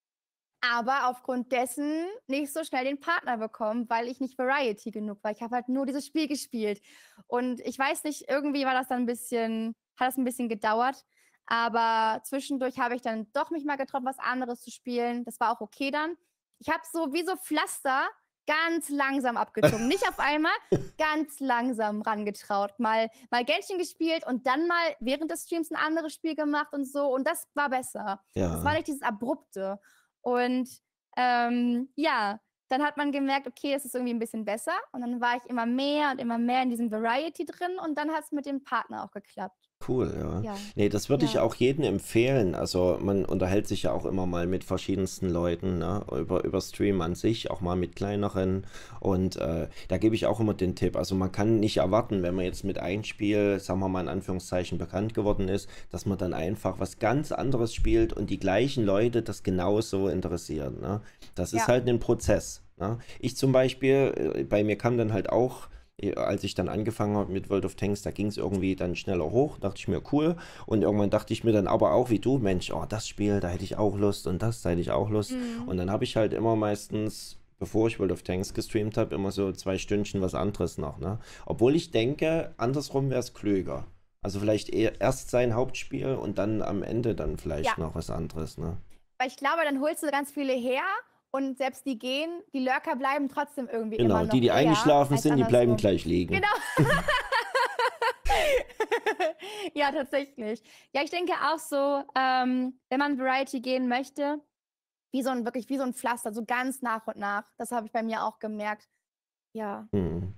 aber aufgrund dessen nicht so schnell den Partner bekommen, weil ich nicht Variety genug war. Ich habe halt nur dieses Spiel gespielt. Und ich weiß nicht, irgendwie war das dann ein bisschen, hat das ein bisschen gedauert. Aber zwischendurch habe ich dann doch mich mal getraut, was anderes zu spielen. Das war auch okay dann. Ich habe so wie so Pflaster ganz langsam abgezogen. Nicht auf einmal, ganz langsam rangetraut. Mal, mal Genshin gespielt und dann mal während des Streams ein anderes Spiel gemacht und so. Und das war besser. Das war Ja. nicht dieses Abrupte. Und ähm, ja, dann hat man gemerkt, okay, das ist irgendwie ein bisschen besser. Und dann war ich immer mehr und immer mehr in diesem Variety drin und dann hat es mit dem Partner auch geklappt. Cool, ja. Ja, Nee, das würde ich ja, auch jedem empfehlen. Also man unterhält sich ja auch immer mal mit verschiedensten Leuten, ne? Über, über Stream an sich, auch mal mit kleineren. Und äh, da gebe ich auch immer den Tipp. Also man kann nicht erwarten, wenn man jetzt mit einem Spiel, sagen wir mal in Anführungszeichen, bekannt geworden ist, dass man dann einfach was ganz anderes spielt und die gleichen Leute das genauso interessieren, ne? Das ist ja. halt ein Prozess, ne? Ich zum Beispiel, äh, bei mir kam dann halt auch als ich dann angefangen habe mit World of Tanks, da ging es irgendwie dann schneller hoch, dachte ich mir, cool. Und irgendwann dachte ich mir dann aber auch wie du, Mensch, oh, das Spiel, da hätte ich auch Lust und das, da hätte ich auch Lust. Mhm. Und dann habe ich halt immer meistens, bevor ich World of Tanks gestreamt habe, immer so zwei Stündchen was anderes noch, ne? Obwohl ich denke, andersrum wäre es klüger. Also vielleicht eher erst sein Hauptspiel und dann am Ende dann Ja, vielleicht noch was anderes, ne? weil ich glaube, dann holst du ganz viele her und selbst die gehen, die Lurker bleiben trotzdem irgendwie immer Genau, die, noch die eher eingeschlafen als sind, die bleiben andersrum. gleich liegen. Genau. Ja, tatsächlich. Ja, ich denke auch so, ähm, wenn man Variety gehen möchte, wie so ein, wirklich wie so ein Pflaster, so ganz nach und nach. Das habe ich bei mir auch gemerkt. Ja, Hm.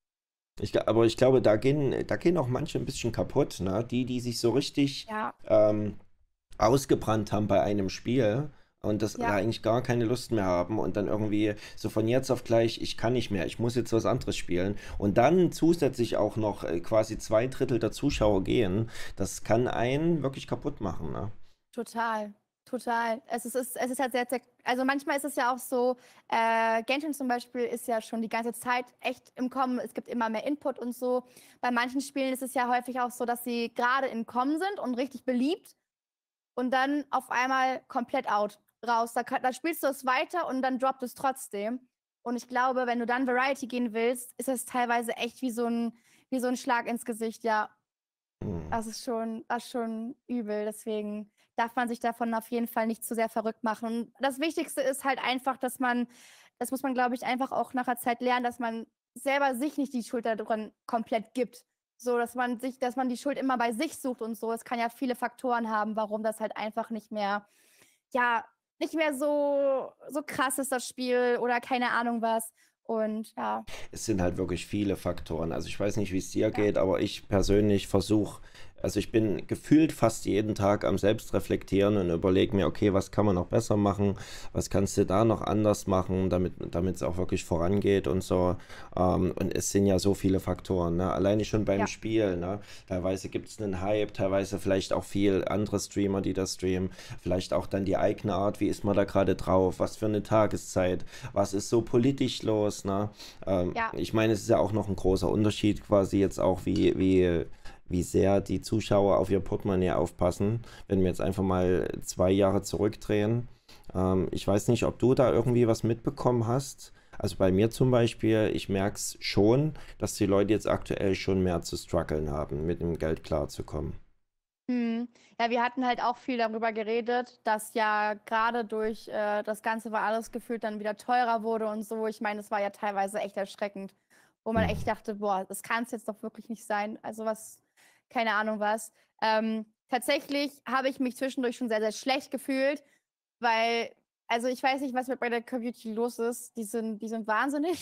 Ich, gl- aber ich glaube, da gehen, da gehen auch manche ein bisschen kaputt, ne? Die, die sich so richtig ja, ähm, ausgebrannt haben bei einem Spiel und das da ja. eigentlich gar keine Lust mehr haben und dann irgendwie so von jetzt auf gleich, ich kann nicht mehr, ich muss jetzt was anderes spielen und dann zusätzlich auch noch äh, quasi zwei Drittel der Zuschauer gehen, das kann einen wirklich kaputt machen, ne? Total, total. Es ist, es ist, es ist halt sehr, sehr, also manchmal ist es ja auch so, äh, Genshin zum Beispiel ist ja schon die ganze Zeit echt im Kommen, es gibt immer mehr Input und so. Bei manchen Spielen ist es ja häufig auch so, dass sie gerade im Kommen sind und richtig beliebt und dann auf einmal komplett out, raus. Da, kann- da spielst du es weiter und dann droppt es trotzdem. Und ich glaube, wenn du dann Variety gehen willst, ist es teilweise echt wie so ein, wie so ein Schlag ins Gesicht, ja. Hm. Das ist schon das ist schon übel, deswegen darf man sich davon auf jeden Fall nicht zu sehr verrückt machen. Und das Wichtigste ist halt einfach, dass man das muss man, glaube ich, einfach auch nach der Zeit lernen, dass man selber sich nicht die Schuld da dran komplett gibt. So, dass man sich dass man die Schuld immer bei sich sucht und so. Es kann ja viele Faktoren haben, warum das halt einfach nicht mehr ja, nicht mehr so so krass ist, das Spiel oder keine Ahnung was. Und ja, Es sind halt wirklich viele Faktoren. Also ich weiß nicht, wie es dir ja, geht, aber ich persönlich versuche, also ich bin gefühlt fast jeden Tag am Selbstreflektieren und überlege mir, okay, was kann man noch besser machen, was kannst du da noch anders machen, damit damit es auch wirklich vorangeht und so. Ähm, und es sind ja so viele Faktoren, ne? Alleine schon beim ja, Spiel, ne? Teilweise gibt es einen Hype, teilweise vielleicht auch viel andere Streamer, die das streamen, vielleicht auch dann die eigene Art, wie ist man da gerade drauf, was für eine Tageszeit, was ist so politisch los, ne? Ähm, ja, ich meine, es ist ja auch noch ein großer Unterschied quasi jetzt auch, wie, wie, wie sehr die Zuschauer auf ihr Portemonnaie aufpassen, wenn wir jetzt einfach mal zwei Jahre zurückdrehen. Ähm, ich weiß nicht, ob du da irgendwie was mitbekommen hast. Also bei mir zum Beispiel, ich merke es schon, dass die Leute jetzt aktuell schon mehr zu strugglen haben, mit dem Geld klarzukommen. Mhm. Ja, wir hatten halt auch viel darüber geredet, dass ja gerade durch äh, das Ganze, weil alles gefühlt dann wieder teurer wurde und so. Ich meine, es war ja teilweise echt erschreckend, wo man echt Hm. dachte, boah, das kann es jetzt doch wirklich nicht sein. Also was, keine Ahnung was. Ähm, tatsächlich habe ich mich zwischendurch schon sehr, sehr schlecht gefühlt, weil, also ich weiß nicht, was mit bei der Community los ist. Die sind, die sind wahnsinnig.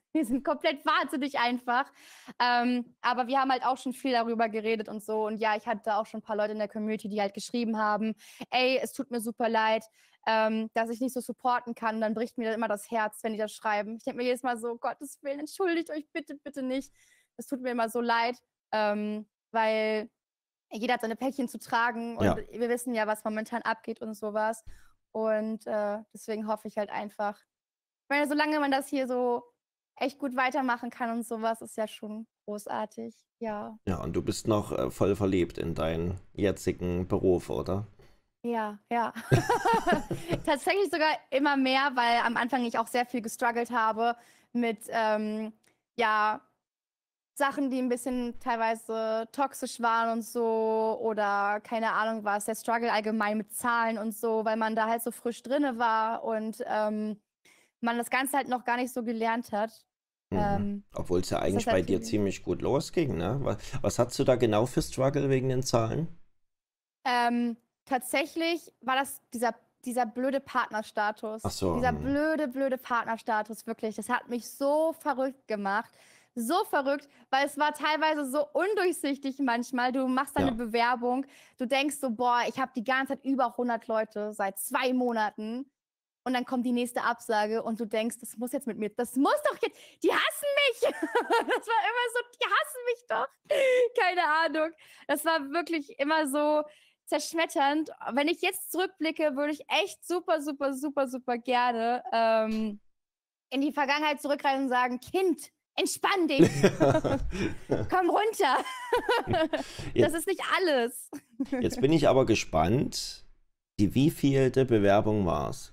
Wir sind komplett wahnsinnig einfach. Ähm, aber wir haben halt auch schon viel darüber geredet und so. Und ja, ich hatte auch schon ein paar Leute in der Community, die halt geschrieben haben, ey, es tut mir super leid, ähm, dass ich nicht so supporten kann. Dann bricht mir dann immer das Herz, wenn die das schreiben. Ich denke mir jedes Mal so, Gottes Willen, entschuldigt euch bitte, bitte nicht. Es tut mir immer so leid, ähm, weil jeder hat seine Päckchen zu tragen und Ja. wir wissen ja, was momentan abgeht und sowas. Und äh, deswegen hoffe ich halt einfach, ich meine, solange man das hier so echt gut weitermachen kann und sowas, ist ja schon großartig. Ja, Ja, und du bist noch äh, voll verliebt in deinen jetzigen Beruf, oder? ja, ja. Tatsächlich sogar immer mehr, weil am Anfang ich auch sehr viel gestruggelt habe mit, ähm, ja, Sachen, die ein bisschen teilweise toxisch waren und so oder keine Ahnung was, der Struggle allgemein mit Zahlen und so, weil man da halt so frisch drinne war und ähm, man das Ganze halt noch gar nicht so gelernt hat. Mhm. Ähm, Obwohl es ja ist eigentlich das bei halt dir viel. ziemlich gut losging, ne? Was, was hast du da genau für Struggle wegen den Zahlen? Ähm, tatsächlich war das dieser, dieser blöde Ach Partnerstatus. so, Dieser hm. blöde, blöde Partnerstatus, wirklich. Das hat mich so verrückt gemacht. So verrückt, weil es war teilweise so undurchsichtig manchmal. Du machst deine Ja. Bewerbung, du denkst so, boah, ich habe die ganze Zeit über hundert Leute seit zwei Monaten. Und dann kommt die nächste Absage und du denkst, das muss jetzt mit mir, das muss doch jetzt, die hassen mich. Das war immer so, die hassen mich doch. Keine Ahnung. Das war wirklich immer so zerschmetternd. Wenn ich jetzt zurückblicke, würde ich echt super, super, super, super gerne ähm, in die Vergangenheit zurückreisen und sagen, Kind, entspann dich, komm runter. Das Jetzt, ist nicht alles. jetzt bin ich aber gespannt, die wievielte Bewerbung war es?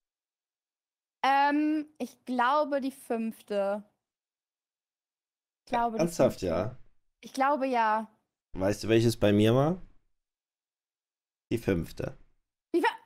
ähm, ich glaube, die fünfte. Ich glaube, die Ernsthaft, fünfte. ja. Ich glaube, ja. Weißt du, welches bei mir war? Die fünfte. Wie war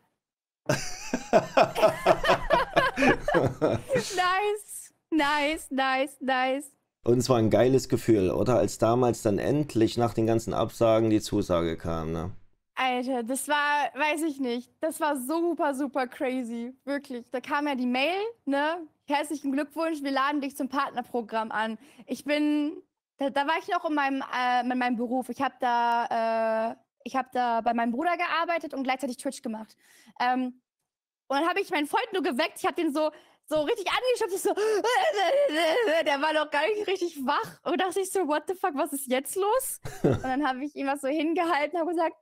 Nice, nice, nice, nice. Und es war ein geiles Gefühl, oder? Als damals dann endlich nach den ganzen Absagen die Zusage kam, ne? Alter, das war, weiß ich nicht, das war super, super crazy, wirklich. Da kam ja die Mail, ne? Herzlichen Glückwunsch, wir laden dich zum Partnerprogramm an. Ich bin, da, da war ich noch in meinem, äh, in meinem Beruf. Ich habe da, äh, ich habe da bei meinem Bruder gearbeitet und gleichzeitig Twitch gemacht. Ähm, und dann habe ich meinen Freund nur geweckt. Ich habe den so, so richtig angeschaut. Ich so, der war noch gar nicht richtig wach. Und dachte ich so, what the fuck, was ist jetzt los? Und dann habe ich ihn was so hingehalten und habe gesagt,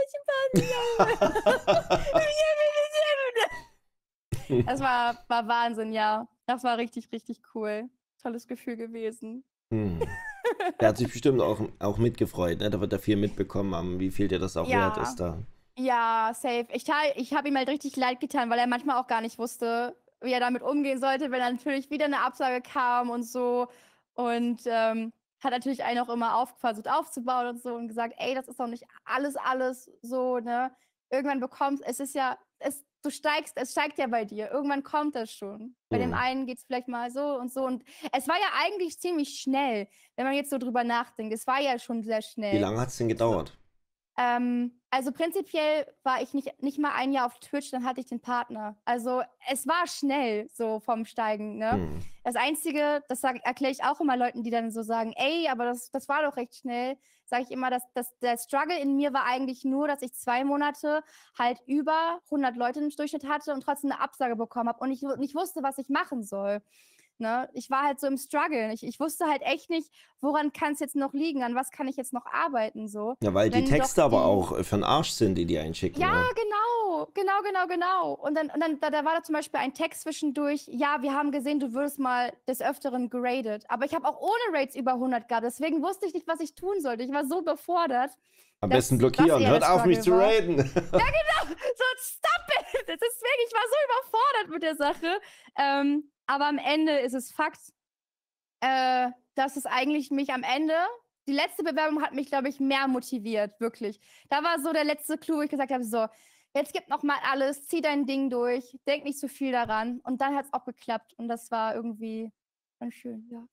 das war, war Wahnsinn, ja. Das war richtig, richtig cool. Tolles Gefühl gewesen. Hm. Der hat sich bestimmt auch, auch mitgefreut, ne? Da wird er viel mitbekommen haben, wie viel dir das auch wert Ja, ist da. ja, safe. Ich, teil- ich habe ihm halt richtig leid getan, weil er manchmal auch gar nicht wusste, wie er damit umgehen sollte, wenn dann natürlich wieder eine Absage kam und so. Und ähm, hat natürlich einen auch immer auf, versucht aufzubauen und so und gesagt, ey, das ist doch nicht alles, alles so, ne? Irgendwann bekommst, es ist ja, es, du steigst, es steigt ja bei dir. Irgendwann kommt das schon. Bei dem Hm. einen geht es vielleicht mal so und so. Und es war ja eigentlich ziemlich schnell, wenn man jetzt so drüber nachdenkt. Es war ja schon sehr Wie schnell. lange hat es denn gedauert? Ähm, also prinzipiell war ich nicht, nicht mal ein Jahr auf Twitch, dann hatte ich den Partner. Also es war schnell so vom Steigen, ne? Hm. Das Einzige, das erkläre ich auch immer Leuten, die dann so sagen, ey, aber das, das war doch recht schnell, sage ich immer, dass, dass der Struggle in mir war eigentlich nur, dass ich zwei Monate halt über hundert Leute im Durchschnitt hatte und trotzdem eine Absage bekommen habe und ich nicht wusste, was ich machen soll. Ne? Ich war halt so im Struggle. Ich, ich wusste halt echt nicht, woran kann es jetzt noch liegen, an was kann ich jetzt noch arbeiten, so. Ja, weil die Wenn doch Texte aber die, auch äh, für den Arsch sind, die die einschicken, ja, ne? genau, genau, genau, genau. Und dann, und dann da, da war da zum Beispiel ein Text zwischendurch, ja, wir haben gesehen, du wirst mal des Öfteren geradet. Aber ich habe auch ohne Rates über hundert gehabt, deswegen wusste ich nicht, was ich tun sollte. Ich war so überfordert, Am dass besten was blockieren, eher hört der auf mich zu Struggle war. raiden. Ja, genau, so stop it. Deswegen, ich war so überfordert mit der Sache. Ähm, aber am Ende ist es Fakt, äh, dass es eigentlich mich am Ende, die letzte Bewerbung hat mich, glaube ich, mehr motiviert, wirklich. Da war so der letzte Clou, wo ich gesagt habe, so, jetzt gib noch mal alles, zieh dein Ding durch, denk nicht zu viel daran. Und dann hat es auch geklappt. Und das war irgendwie ganz schön, ja.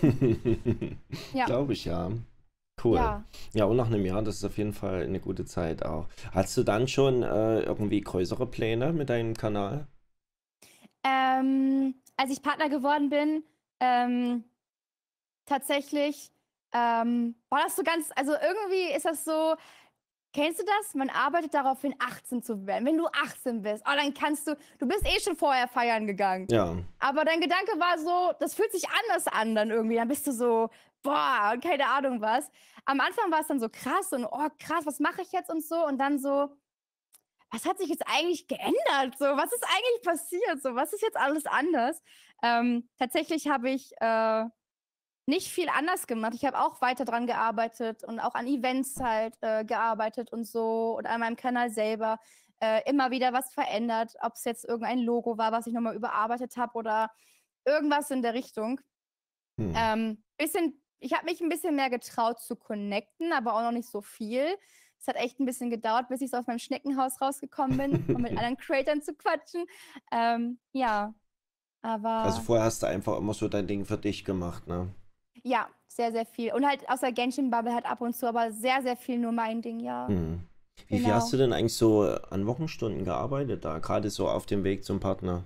Ja, Glaube ich, ja. Cool. ja. Ja, und nach einem Jahr, das ist auf jeden Fall eine gute Zeit auch. Hast du dann schon äh, irgendwie größere Pläne mit deinem Kanal? Ähm, als ich Partner geworden bin, ähm, tatsächlich ähm, war das so ganz, also irgendwie ist das so, kennst du das? Man arbeitet darauf hin, achtzehn zu werden. Wenn du achtzehn bist, oh, dann kannst du, du bist eh schon vorher feiern gegangen. Ja. Aber dein Gedanke war so, das fühlt sich anders an dann irgendwie. Dann bist du so, boah, keine Ahnung was. Am Anfang war es dann so krass und oh krass, was mache ich jetzt und so. Und dann so, was hat sich jetzt eigentlich geändert? So, was ist eigentlich passiert? So, was ist jetzt alles anders? Ähm, tatsächlich habe ich äh, nicht viel anders gemacht. Ich habe auch weiter dran gearbeitet und auch an Events halt äh, gearbeitet und so und an meinem Kanal selber äh, immer wieder was verändert, ob es jetzt irgendein Logo war, was ich nochmal überarbeitet habe oder irgendwas in der Richtung. Hm. Ähm, bisschen, ich habe mich ein bisschen mehr getraut zu connecten, aber auch noch nicht so viel. Es hat echt ein bisschen gedauert, bis ich so aus meinem Schneckenhaus rausgekommen bin, um mit anderen Creatern zu quatschen. Ähm, ja, Also aber vorher hast du einfach immer so dein Ding für dich gemacht, ne? ja, sehr, sehr viel. Und halt aus der Genshin-Bubble halt ab und zu, aber sehr, sehr viel nur mein Ding, ja. Hm. Wie viel hast Genau. du denn eigentlich so an Wochenstunden gearbeitet da, gerade so auf dem Weg zum Partner?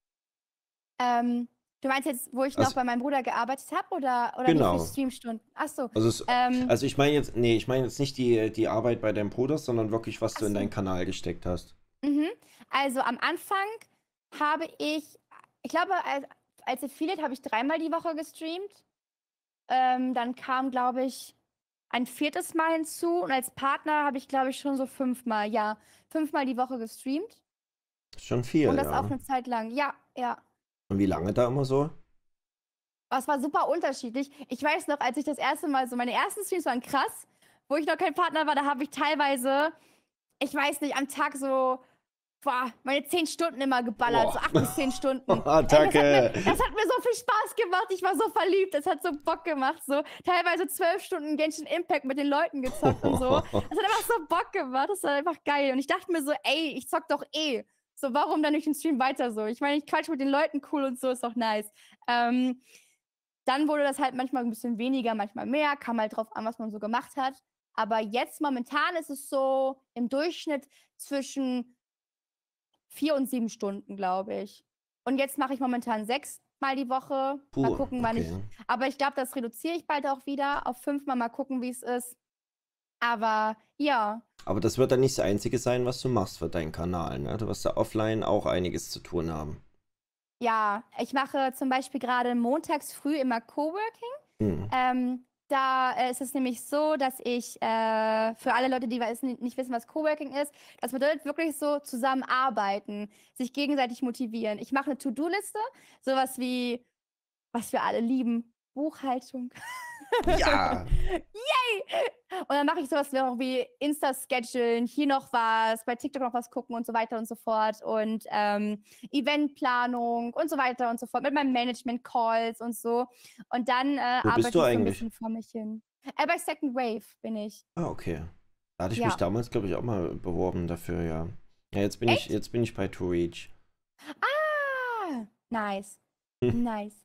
Ähm, du meinst jetzt, wo ich noch Also, bei meinem Bruder gearbeitet habe oder, oder wie viele genau. Streamstunden? Ach so. Also, es, Ähm, also ich meine jetzt, nee, ich meine jetzt nicht die, die Arbeit bei deinem Bruder, sondern wirklich, was ach du in deinen so. Kanal gesteckt hast. Mhm. Also am Anfang habe ich, ich glaube, als, als Affiliate habe ich dreimal die Woche gestreamt. Ähm, dann kam, glaube ich, ein viertes Mal hinzu und als Partner habe ich, glaube ich, schon so fünfmal, ja, fünfmal die Woche gestreamt. Ist schon Und viel, das auch ja. eine Zeit lang. Ja, ja. Und wie lange da immer so? Aber es war super unterschiedlich. Ich weiß noch, als ich das erste Mal so, meine ersten Streams waren krass, wo ich noch kein Partner war, da habe ich teilweise, ich weiß nicht, am Tag so, boah, meine zehn Stunden immer geballert, so Boah. acht bis zehn Stunden. Ey, das hat mir, Attacke. das hat mir so viel Spaß gemacht. Ich war so verliebt. Das hat so Bock gemacht. So teilweise zwölf Stunden Genshin Impact mit den Leuten gezockt und so. Das hat einfach so Bock gemacht. Das war einfach geil. Und ich dachte mir so, ey, ich zock doch eh. So, warum dann nicht im Stream weiter so? Ich meine, ich quatsch mit den Leuten cool und so, ist doch nice. Ähm, dann wurde das halt manchmal ein bisschen weniger, manchmal mehr. Kam halt drauf an, was man so gemacht hat. Aber jetzt momentan ist es so im Durchschnitt zwischen vier und sieben Stunden, glaube ich. Und jetzt mache ich momentan sechs Mal die Woche. Mal Puh, gucken, wann ich. okay. Aber ich glaube, das reduziere ich bald auch wieder auf fünfmal. Mal gucken, wie es ist. Aber ja, Aber das wird dann nicht das Einzige sein, was du machst für deinen Kanal, ne? Du wirst da offline auch einiges zu tun haben. ja, ich mache zum Beispiel gerade montags früh immer Coworking. Hm. Ähm, da äh, ist es nämlich so, dass ich äh, für alle Leute, die weiß, nicht wissen, was Coworking ist, das bedeutet wirklich so zusammenarbeiten, sich gegenseitig motivieren. Ich mache eine To-Do-Liste, sowas wie, was wir alle lieben, Buchhaltung. Ja. Yay! Und dann mache ich sowas noch wie Insta-Schedulen, hier noch was, bei TikTok noch was gucken und so weiter und so fort. Und ähm, Eventplanung und so weiter und so fort. Mit meinem Management-Calls und so. Und dann äh, Wo bist arbeite du ich so ein eigentlich? bisschen vor mich hin. Äh, bei Second Wave bin ich. Ah, okay. Da hatte ich mich Ja. damals, glaube ich, auch mal beworben dafür, ja. Ja, jetzt bin ich, Echt? jetzt bin ich bei To Reach. Ah, nice. Hm. Nice.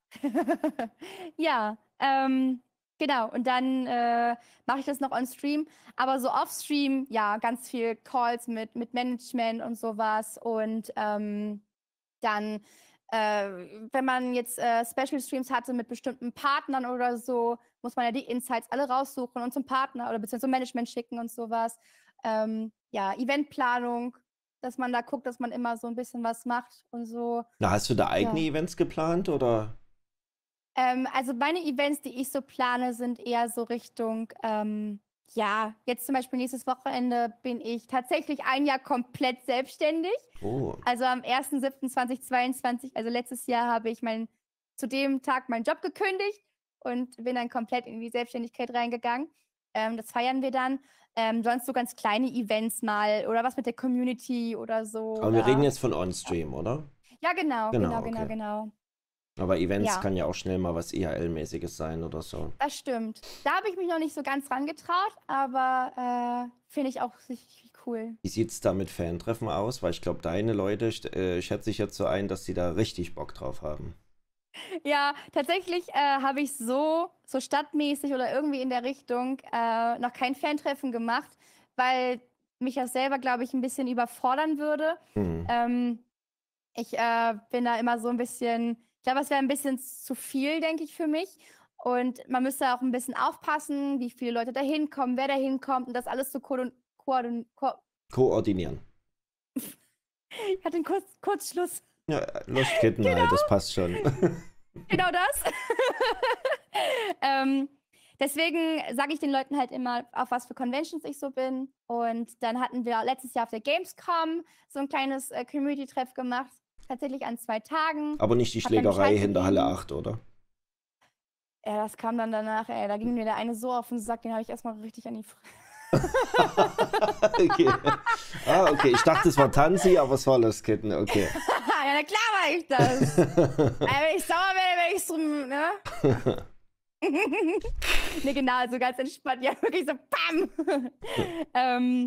Ja, ähm, genau. Und dann äh, mache ich das noch on Stream. Aber so off-Stream, ja, ganz viel Calls mit, mit Management und sowas. Und ähm, dann, äh, wenn man jetzt äh, Special Streams hatte mit bestimmten Partnern oder so, muss man ja die Insights alle raussuchen und zum Partner oder beziehungsweise zum Management schicken und sowas. Ähm, ja, Eventplanung, dass man da guckt, dass man immer so ein bisschen was macht und so. Na, hast du da eigene Ja. Events geplant oder? Ähm, also meine Events, die ich so plane, sind eher so Richtung, ähm, ja, jetzt zum Beispiel nächstes Wochenende bin ich tatsächlich ein Jahr komplett selbstständig. Oh. Also am ersten siebten zweitausendzweiundzwanzig, also letztes Jahr, habe ich mein, zu dem Tag meinen Job gekündigt und bin dann komplett in die Selbstständigkeit reingegangen. Ähm, das feiern wir dann. Ähm, sonst so ganz kleine Events mal oder was mit der Community oder so. Aber wir reden Oder jetzt von On-Stream, oder? ja, genau, genau, Genau, genau, okay. genau. Aber Events Ja. kann ja auch schnell mal was I R L-mäßiges sein oder so. Das stimmt. Da habe ich mich noch nicht so ganz rangetraut, aber äh, finde ich auch richtig cool. Wie sieht es da mit Fantreffen aus? Weil ich glaube, deine Leute st- äh, schätze ich jetzt so ein, dass die da richtig Bock drauf haben. Ja, tatsächlich äh, habe ich so, so stadtmäßig oder irgendwie in der Richtung äh, noch kein Fantreffen gemacht, weil mich das selber, glaube ich, ein bisschen überfordern würde. Hm. Ähm, ich äh, bin da immer so ein bisschen, glaube, es wäre ein bisschen zu viel, denke ich, für mich. Und man müsste auch ein bisschen aufpassen, wie viele Leute da hinkommen, wer da hinkommt und das alles zu koordin koordin ko Koordinieren. ich hatte einen Kurz Kurzschluss. Ja, Lost Kitten halt, das passt schon. Genau das. ähm, deswegen sage ich den Leuten halt immer, auf was für Conventions ich so bin. Und dann hatten wir letztes Jahr auf der Gamescom so ein kleines äh, Community-Treff gemacht. Tatsächlich an zwei Tagen. Aber nicht die Hab dann Schlägerei Bescheid hinter Halle gegeben. acht, oder? Ja, das kam dann danach, ey. Da ging mir der eine so auf den Sack, den habe ich erstmal richtig an die Fresse. Okay. Ah, okay. Ich dachte, es war Tanzi, aber es war Lost Kitten, okay. Ja, na klar war ich das. Also, wenn ich sauer werde, werde ich so, ne? Ne, genau, also ganz entspannt. Ja, wirklich so bam. ähm,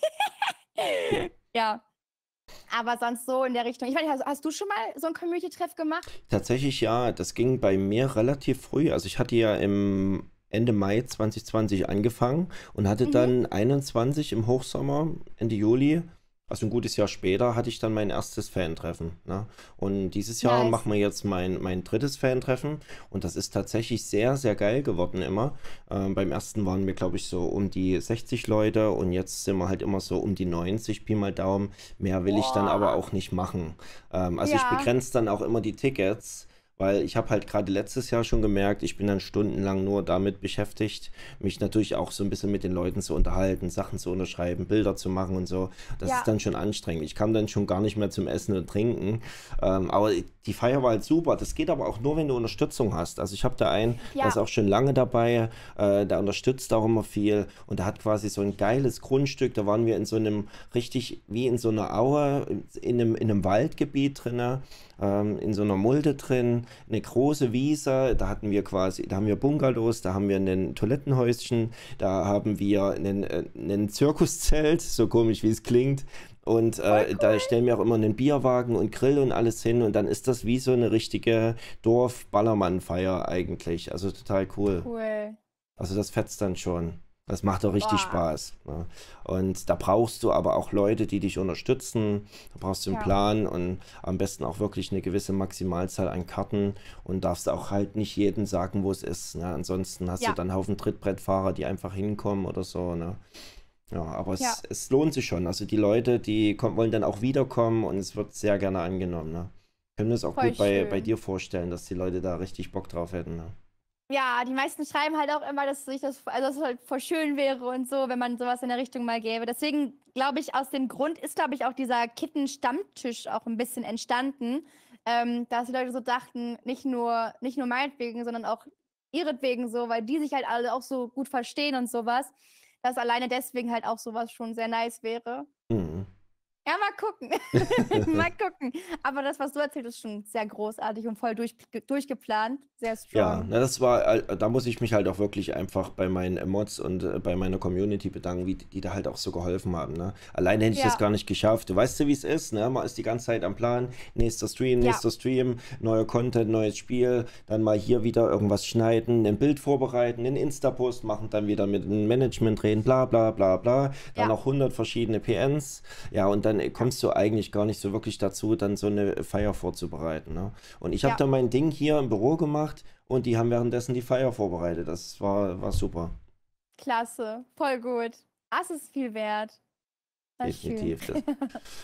ja, aber sonst so in der Richtung. Ich weiß nicht, hast, hast du schon mal so ein Community-Treff gemacht? Tatsächlich ja, das ging bei mir relativ früh. Also ich hatte ja im Ende Mai zwanzig zwanzig angefangen und hatte Mhm. dann einundzwanzig im Hochsommer, Ende Juli, also ein gutes Jahr später, hatte ich dann mein erstes Fan-Treffen. Ne? Und dieses Jahr Nice. machen wir jetzt mein, mein drittes Fan-Treffen und das ist tatsächlich sehr, sehr geil geworden immer. Ähm, beim ersten waren wir, glaube ich, so um die sechzig Leute und jetzt sind wir halt immer so um die neunzig, Pi mal Daumen. Mehr will ich dann aber Boah. auch nicht machen. Ähm, also ich Ja, begrenze dann auch immer die Tickets. Weil ich habe halt gerade letztes Jahr schon gemerkt, ich bin dann stundenlang nur damit beschäftigt, mich natürlich auch so ein bisschen mit den Leuten zu unterhalten, Sachen zu unterschreiben, Bilder zu machen und so. Das ist ja, dann schon anstrengend. Ich kam dann schon gar nicht mehr zum Essen und Trinken. Ähm, aber die Feier war halt super. Das geht aber auch nur, wenn du Unterstützung hast. Also ich habe da einen, der ist ja, auch schon lange dabei, äh, der unterstützt auch immer viel und der hat quasi so ein geiles Grundstück. Da waren wir in so einem richtig, wie in so einer Aue, in einem, in einem Waldgebiet drinne, ähm, in so einer Mulde drin, eine große Wiese, da hatten wir quasi, da haben wir Bungalows, da haben wir ein Toilettenhäuschen, da haben wir einen, äh, einen Zirkuszelt, so komisch wie es klingt. Und voll äh, da cool. stellen wir auch immer einen Bierwagen und Grill und alles hin und dann ist das wie so eine richtige Dorf-Ballermann-Feier eigentlich. Also total cool. Cool. Also das fetzt dann schon. Das macht auch richtig Boah, Spaß. Ne? Und da brauchst du aber auch Leute, die dich unterstützen. Da brauchst du einen ja, Plan und am besten auch wirklich eine gewisse Maximalzahl an Karten und darfst auch halt nicht jedem sagen, wo es ist. Ne? Ansonsten hast du ja, dann einen Haufen Trittbrettfahrer, die einfach hinkommen oder so. Ne? Ja, aber ja, es, es lohnt sich schon. Also die Leute, die kommen, wollen dann auch wiederkommen und es wird sehr gerne angenommen. Ne? Ich kann mir das auch voll gut bei, bei schön. dir vorstellen, dass die Leute da richtig Bock drauf hätten. Ne? Ja, die meisten schreiben halt auch immer, dass sich das, also dass es halt voll schön wäre und so, wenn man sowas in der Richtung mal gäbe. Deswegen glaube ich, aus dem Grund ist, glaube ich, auch dieser Kitten-Stammtisch auch ein bisschen entstanden, ähm, dass die Leute so dachten, nicht nur, nicht nur meinetwegen, sondern auch ihretwegen so, weil die sich halt alle auch so gut verstehen und sowas, dass alleine deswegen halt auch sowas schon sehr nice wäre. Mhm. Ja, mal gucken. Mal gucken. Aber das, was du erzählt, ist schon sehr großartig und voll durch, durchgeplant. Sehr Ja, strong. na, das war, äh, da muss ich mich halt auch wirklich einfach bei meinen äh, Mods und äh, bei meiner Community bedanken, wie die, die da halt auch so geholfen haben, ne? Alleine hätte ich das Ja, gar nicht geschafft. Du weißt ja, wie es ist, ne? Man ist die ganze Zeit am Plan, nächster Stream, ja, nächster Stream, neuer Content, neues Spiel, dann mal hier wieder irgendwas schneiden, ein Bild vorbereiten, einen Insta-Post machen, dann wieder mit dem Management reden, bla bla bla bla, dann ja, noch hundert verschiedene P Ns, ja, und dann äh, ja, kommst du eigentlich gar nicht so wirklich dazu, dann so eine Feier vorzubereiten, ne? Und ich habe ja. da mein Ding hier im Büro gemacht und die haben währenddessen die Feier vorbereitet. Das war, war super. Klasse. Voll gut. Das ist viel wert. Das ist schön. Definitiv. Das.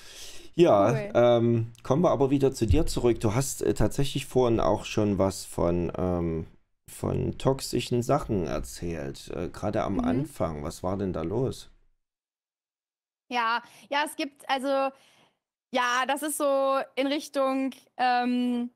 Ja, Cool. ähm, kommen wir aber wieder zu dir zurück. Du hast äh, tatsächlich vorhin auch schon was von, ähm, von toxischen Sachen erzählt. Äh, gerade am Mhm. Anfang. Was war denn da los? Ja, ja, es gibt, also, ja, das ist so in Richtung, ähm,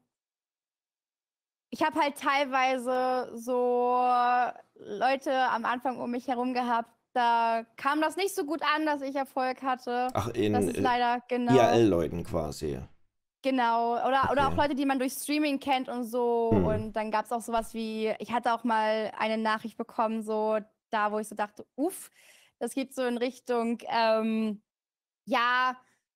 ich habe halt teilweise so Leute am Anfang um mich herum gehabt, da kam das nicht so gut an, dass ich Erfolg hatte. Ach, Das in ist äh, leider, genau. I R L-Leuten quasi. Genau, oder oder auch Okay. Leute, die man durch Streaming kennt und so. Hm. Und dann gab's auch so was wie ich hatte auch mal eine Nachricht bekommen, so da, wo ich so dachte: „Uff“, das geht so in Richtung, ähm, ja,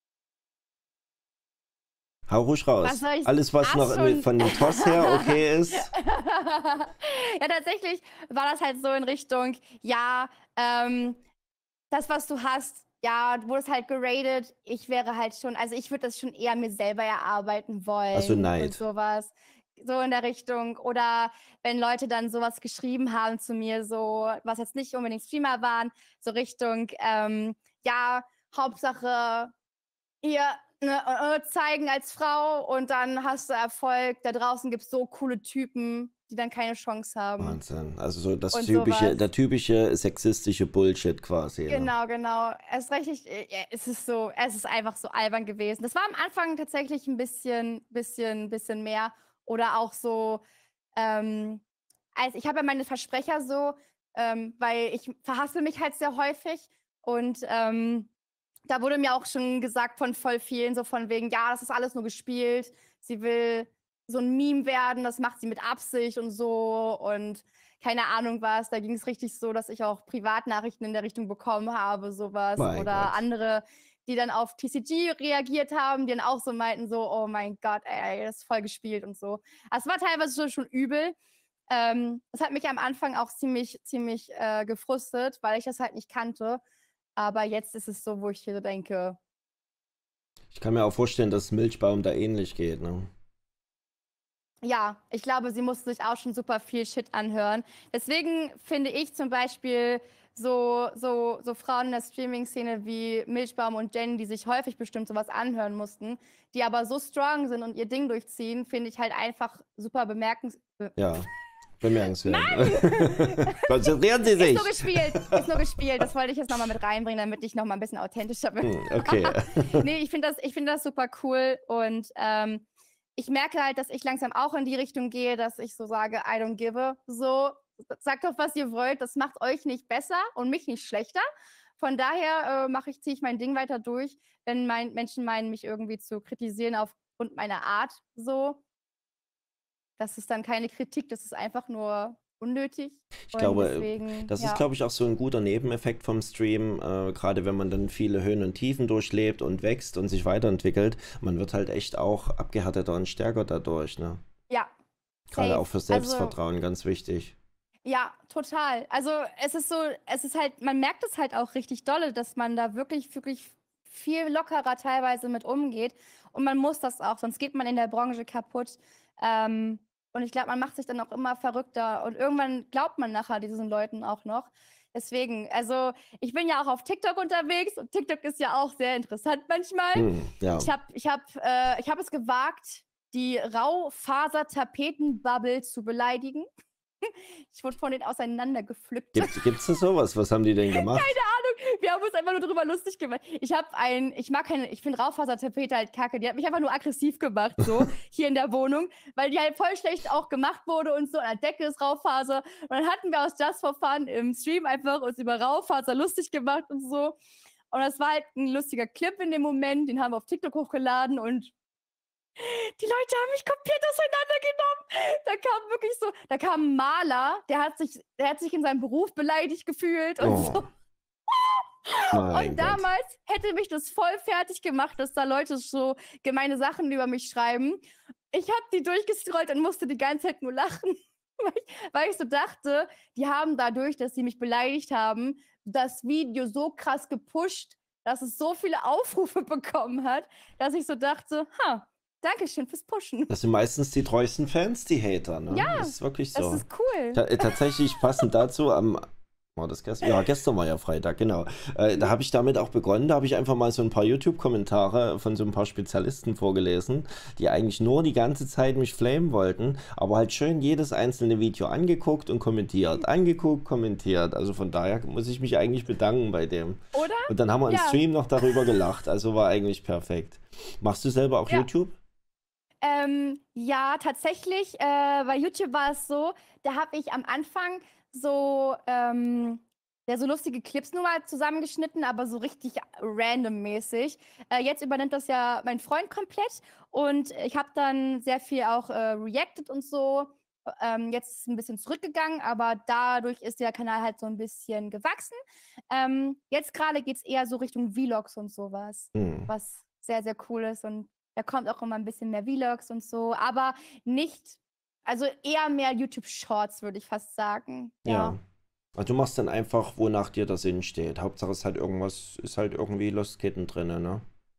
Hau ruhig was raus. soll ich Alles, was ah, noch mit, schon von dem T O S her okay ist. Ja, tatsächlich war das halt so in Richtung, ja, ähm, das, was du hast, ja, du wurdest halt geratet. Ich wäre halt schon also, ich würde das schon eher mir selber erarbeiten Also wollen und Neid. sowas. so in der Richtung. Oder wenn Leute dann sowas geschrieben haben zu mir, so, was jetzt nicht unbedingt Streamer waren, so Richtung, ähm, ja, Hauptsache ihr ne, äh, zeigen als Frau und dann hast du Erfolg. Da draußen gibt es so coole Typen, die dann keine Chance haben. Wahnsinn. Also so das Und typische, sowas. der typische sexistische Bullshit quasi. Ne? Genau, genau. Es ist richtig, äh, es ist so, es ist einfach so albern gewesen. Das war am Anfang tatsächlich ein bisschen, bisschen, bisschen mehr. Oder auch so, ähm, als ich habe ja meine Versprecher so, ähm, weil ich verhaspel mich halt sehr häufig. Und ähm, da wurde mir auch schon gesagt von voll vielen, so von wegen, ja, das ist alles nur gespielt. Sie will so ein Meme werden, das macht sie mit Absicht und so. Und keine Ahnung was. Da ging es richtig so, dass ich auch Privatnachrichten in der Richtung bekommen habe, sowas. Mein Oder Gott. andere, die dann auf T C G reagiert haben, die dann auch so meinten, so, oh mein Gott, ey, das ist voll gespielt und so. Also es war teilweise schon, schon übel. Ähm, das hat mich am Anfang auch ziemlich, ziemlich äh, gefrustet, weil ich das halt nicht kannte. Aber jetzt ist es so, wo ich hier so denke, Ich kann mir auch vorstellen, dass Milchbaum da ähnlich geht, ne? ja, ich glaube, sie musste sich auch schon super viel Shit anhören. Deswegen finde ich zum Beispiel so, so, so Frauen in der Streaming-Szene wie Milchbaum und Jen, die sich häufig bestimmt sowas anhören mussten, die aber so strong sind und ihr Ding durchziehen, finde ich halt einfach super bemerkenswert. Ja, bemerkenswert. Mann! Konzentrieren Sie Ist sich! nur gespielt, ist nur gespielt. Das wollte ich jetzt nochmal mit reinbringen, damit ich nochmal ein bisschen authentischer bin. Hm, okay. Nee, ich finde das, ich find das super cool und ähm, ich merke halt, dass ich langsam auch in die Richtung gehe, dass ich so sage, I don't give a. So, sagt doch, was ihr wollt, das macht euch nicht besser und mich nicht schlechter. Von daher äh, mache ich, ziehe ich mein Ding weiter durch, wenn mein, Menschen meinen, mich irgendwie zu kritisieren aufgrund meiner Art. So, das ist dann keine Kritik, das ist einfach nur unnötig. Ich Und glaube, deswegen, das ist, ja. glaube ich, auch so ein guter Nebeneffekt vom Stream, äh, gerade wenn man dann viele Höhen und Tiefen durchlebt und wächst und sich weiterentwickelt. Man wird halt echt auch abgehärteter und stärker dadurch, ne? Ja. Gerade Safe. auch für Also, Selbstvertrauen, ganz wichtig. ja, total. Also es ist so, es ist halt, man merkt es halt auch richtig dolle, dass man da wirklich, wirklich viel lockerer teilweise mit umgeht. Und man muss das auch, sonst geht man in der Branche kaputt. Ähm, und ich glaube, man macht sich dann auch immer verrückter. Und irgendwann glaubt man nachher diesen Leuten auch noch. Deswegen, also ich bin ja auch auf TikTok unterwegs und TikTok ist ja auch sehr interessant manchmal. Hm, ja. Ich habe ich hab, äh, ich hab es gewagt, die Raufaser-Tapetenbubble zu beleidigen. Ich wurde von denen auseinandergepflückt. Gibt, gibt's da sowas? Was haben die denn gemacht? Keine Ahnung. Wir haben uns einfach nur drüber lustig gemacht. Ich habe ein, ich mag keine, ich finde Raufasertapete halt kacke. Die hat mich einfach nur aggressiv gemacht, so, hier in der Wohnung, weil die halt voll schlecht auch gemacht wurde und so. An der Decke ist Raufaser. Und dann hatten wir aus Just for Fun im Stream einfach uns über Raufaser lustig gemacht und so. Und das war halt ein lustiger Clip in dem Moment. Den haben wir auf TikTok hochgeladen und die Leute haben mich komplett auseinandergenommen. Da kam wirklich so, da kam ein Maler, der hat sich, der hat sich in seinem Beruf beleidigt gefühlt und Oh. so. Mein Und Gott. damals hätte mich das voll fertig gemacht, dass da Leute so gemeine Sachen über mich schreiben. Ich habe die durchgescrollt und musste die ganze Zeit nur lachen, weil ich, weil ich so dachte, die haben dadurch, dass sie mich beleidigt haben, das Video so krass gepusht, dass es so viele Aufrufe bekommen hat, dass ich so dachte, ha, Dankeschön fürs Pushen. Das sind meistens die treuesten Fans, die Hater, ne? Ja, das ist wirklich so. Das ist cool. Ta äh, tatsächlich passend dazu am war das gestern? Ja, gestern war ja Freitag, genau. Äh, da habe ich damit auch begonnen. Da habe ich einfach mal so ein paar YouTube-Kommentare von so ein paar Spezialisten vorgelesen, die eigentlich nur die ganze Zeit mich flamen wollten, aber halt schön jedes einzelne Video angeguckt und kommentiert. Angeguckt, kommentiert. Also von daher muss ich mich eigentlich bedanken bei dem. Oder? Und dann haben wir im Ja. Stream noch darüber gelacht. Also war eigentlich perfekt. Machst du selber auch Ja. YouTube? Ähm, ja, tatsächlich. Äh, bei YouTube war es so, da habe ich am Anfang so, ähm, ja, so lustige Clips nur mal zusammengeschnitten, aber so richtig random-mäßig. Äh, jetzt übernimmt das ja mein Freund komplett und ich habe dann sehr viel auch äh, reacted und so. Ähm, jetzt ist es ein bisschen zurückgegangen, aber dadurch ist der Kanal halt so ein bisschen gewachsen. Ähm, jetzt gerade geht es eher so Richtung Vlogs und sowas, Hm. was sehr, sehr cool ist und da kommt auch immer ein bisschen mehr Vlogs und so, aber nicht, also eher mehr YouTube-Shorts, würde ich fast sagen. Ja. Ja. Also du machst dann einfach, wonach dir der Sinn steht. Hauptsache es ist halt irgendwas, ist halt irgendwie Lost Kitten drin, ne?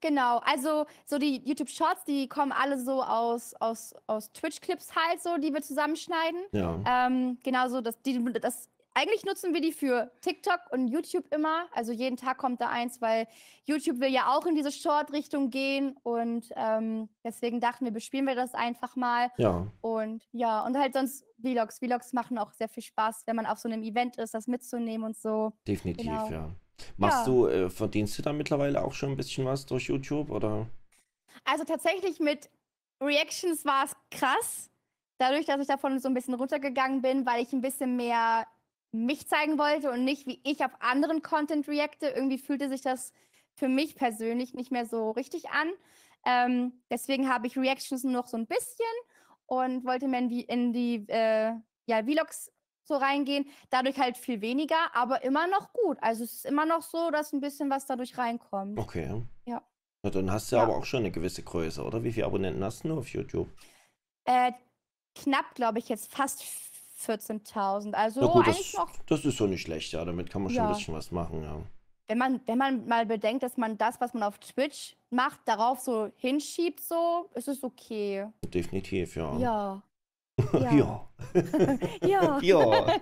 Genau, also so die YouTube Shorts, die kommen alle so aus, aus, aus Twitch-Clips halt so, die wir zusammenschneiden. Ja, Ähm, genauso, das, die, das, eigentlich nutzen wir die für TikTok und YouTube immer. Also jeden Tag kommt da eins, weil YouTube will ja auch in diese Short-Richtung gehen. Und ähm, deswegen dachten wir, bespielen wir das einfach mal. ja, Und ja, und halt sonst Vlogs. Vlogs machen auch sehr viel Spaß, wenn man auf so einem Event ist, das mitzunehmen und so. definitiv, Genau. ja. Machst Ja. du, äh, verdienst du da mittlerweile auch schon ein bisschen was durch YouTube, oder? Also tatsächlich mit Reactions war es krass. Dadurch, dass ich davon so ein bisschen runtergegangen bin, weil ich ein bisschen mehr mich zeigen wollte und nicht, wie ich auf anderen Content reacte. Irgendwie fühlte sich das für mich persönlich nicht mehr so richtig an. Ähm, deswegen habe ich Reactions nur noch so ein bisschen und wollte mehr in die, in die äh, ja, Vlogs so reingehen. Dadurch halt viel weniger, aber immer noch gut. Also es ist immer noch so, dass ein bisschen was dadurch reinkommt. Okay. Ja. Na, dann hast du Ja. aber auch schon eine gewisse Größe, oder? Wie viele Abonnenten hast du auf YouTube? Äh, knapp, glaube ich, jetzt fast vierzehntausend. Also Na gut, eigentlich das, noch, das ist so nicht schlecht, ja. Damit kann man schon ein ja. bisschen was machen, ja. Wenn man, wenn man mal bedenkt, dass man das, was man auf Twitch macht, darauf so hinschiebt, so, ist es okay. Definitiv, ja. Ja. Ja. Ja. Ja. Ja.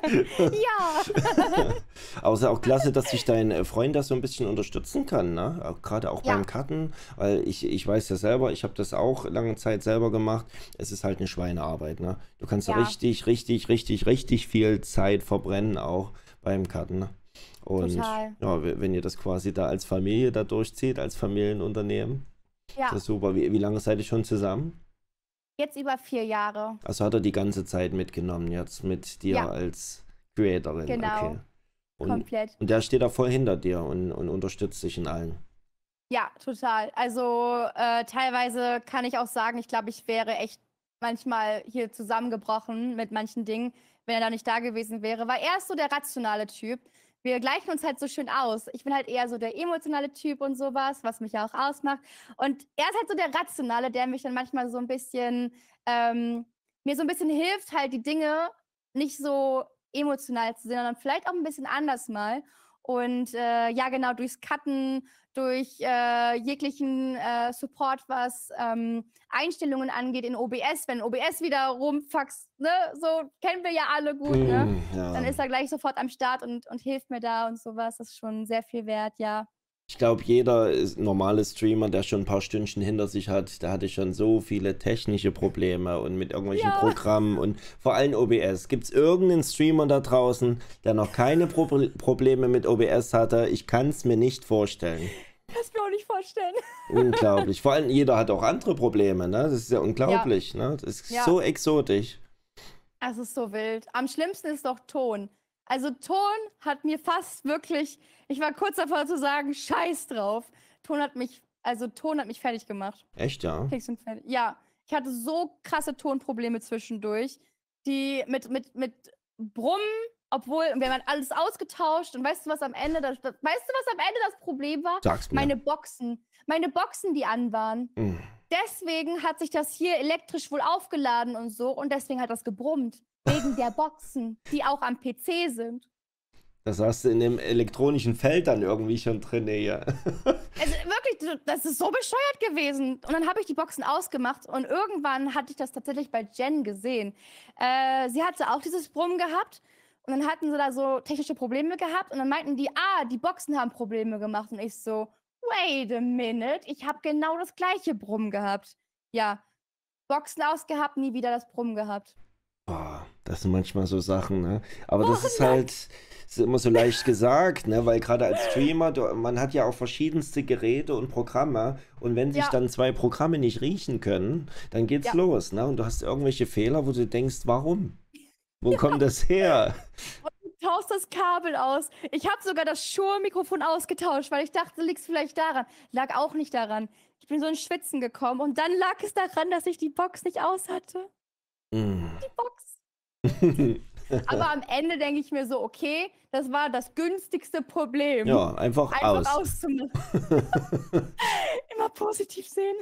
Ja. Aber es ist auch klasse, dass sich dein äh, Freund da so ein bisschen unterstützen kann, ne? Auch, gerade auch Ja. beim Cutten, weil ich, ich weiß ja selber, ich habe das auch lange Zeit selber gemacht. Es ist halt eine Schweinearbeit, ne? Du kannst Ja. richtig, richtig, richtig, richtig viel Zeit verbrennen, auch beim Cutten. Ne? Und Total. ja, we- wenn ihr das quasi da als Familie da durchzieht, als Familienunternehmen, Ja. das ist super. Wie, wie lange seid ihr schon zusammen? Jetzt über vier Jahre. Also hat er die ganze Zeit mitgenommen jetzt mit dir Ja. als Creatorin. Genau. Okay. Und, Komplett. und der steht da voll hinter dir und, und unterstützt dich in allen. Ja, total. Also äh, teilweise kann ich auch sagen, ich glaube, ich wäre echt manchmal hier zusammengebrochen mit manchen Dingen, wenn er da nicht da gewesen wäre. Weil er ist so der rationale Typ. Wir gleichen uns halt so schön aus. Ich bin halt eher so der emotionale Typ und sowas, was mich ja auch ausmacht. Und er ist halt so der Rationale, der mich dann manchmal so ein bisschen, ähm, mir so ein bisschen hilft, halt die Dinge nicht so emotional zu sehen, sondern vielleicht auch ein bisschen anders mal. Und äh, ja, genau, durchs Cutten, durch äh, jeglichen äh, Support, was ähm, Einstellungen angeht in O B S, wenn O B S wieder rumfaxt, ne, so kennen wir ja alle gut, ne? Mm, Dann ja. ist er gleich sofort am Start und, und hilft mir da und sowas. Das ist schon sehr viel wert, ja. Ich glaube, jeder ist- normale Streamer, der schon ein paar Stündchen hinter sich hat, der hatte schon so viele technische Probleme und mit irgendwelchen Ja. Programmen und vor allem O B S. Gibt es irgendeinen Streamer da draußen, der noch keine Pro Probleme mit O B S hatte? Ich kann es mir nicht vorstellen. Kannst mir auch nicht vorstellen. Unglaublich. Vor allem jeder hat auch andere Probleme, ne? Das ist ja unglaublich, ne? Das ist Ja. so exotisch. Es ist so wild. Am schlimmsten ist doch Ton. Also Ton hat mir fast wirklich, ich war kurz davor zu sagen, scheiß drauf. Ton hat mich, also Ton hat mich fertig gemacht. Echt, ja? Fix und fertig. Ja, ich hatte so krasse Tonprobleme zwischendurch, die mit, mit, mit Brummen, obwohl, wir haben alles ausgetauscht und weißt du, was am Ende, das, das, weißt du, was am Ende das Problem war? Sag's mir. Meine Boxen. Meine Boxen, die an waren. Mm. Deswegen hat sich das hier elektrisch wohl aufgeladen und so und deswegen hat das gebrummt. Wegen der Boxen, die auch am P C sind. Das hast du in dem elektronischen Feld dann irgendwie schon drin, ja. Also wirklich, das ist so bescheuert gewesen. Und dann habe ich die Boxen ausgemacht und irgendwann hatte ich das tatsächlich bei Jen gesehen. Äh, sie hatte auch dieses Brummen gehabt und dann hatten sie da so technische Probleme gehabt und dann meinten die, ah, die Boxen haben Probleme gemacht. Und ich so, wait a minute, ich habe genau das gleiche Brummen gehabt. Ja, Boxen ausgehabt, nie wieder das Brummen gehabt. Boah, das sind manchmal so Sachen, ne? Aber das Oh ist nein. halt, ist immer so leicht gesagt, ne? Weil gerade als Streamer, du, man hat ja auch verschiedenste Geräte und Programme und wenn sich Ja. dann zwei Programme nicht riechen können, dann geht's Ja. los, ne? Und du hast irgendwelche Fehler, wo du denkst, warum? Wo kommt das her? Du tauschst das Kabel aus. Ich habe sogar das Shure-Mikrofon ausgetauscht, weil ich dachte, liegt es vielleicht daran. Lag auch nicht daran. Ich bin so ins Schwitzen gekommen und dann lag es daran, dass ich die Box nicht aus hatte. Mm. Die Box. Aber am Ende denke ich mir so, okay, das war das günstigste Problem. Ja, einfach Einfach aus. auszumachen. Immer positiv sehen.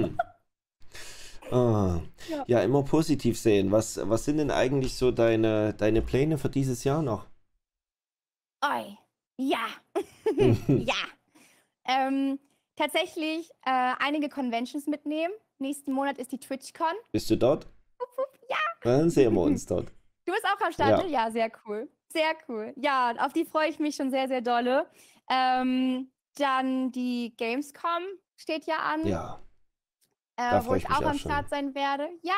Ah. Ja. Ja, immer positiv sehen. Was, was sind denn eigentlich so deine, deine Pläne für dieses Jahr noch? Oi. Ja. Ja. Ähm, tatsächlich äh, einige Conventions mitnehmen. Nächsten Monat ist die TwitchCon. Bist du dort? Ja. Dann sehen wir uns dort. Du bist auch am Start, Ja. ne? Ja, sehr cool. Sehr cool. Ja, auf die freue ich mich schon sehr, sehr dolle. Ähm, dann die Gamescom steht ja an, Ja, äh, da wo freue ich ich mich auch auch am schon. Start sein werde. Ja.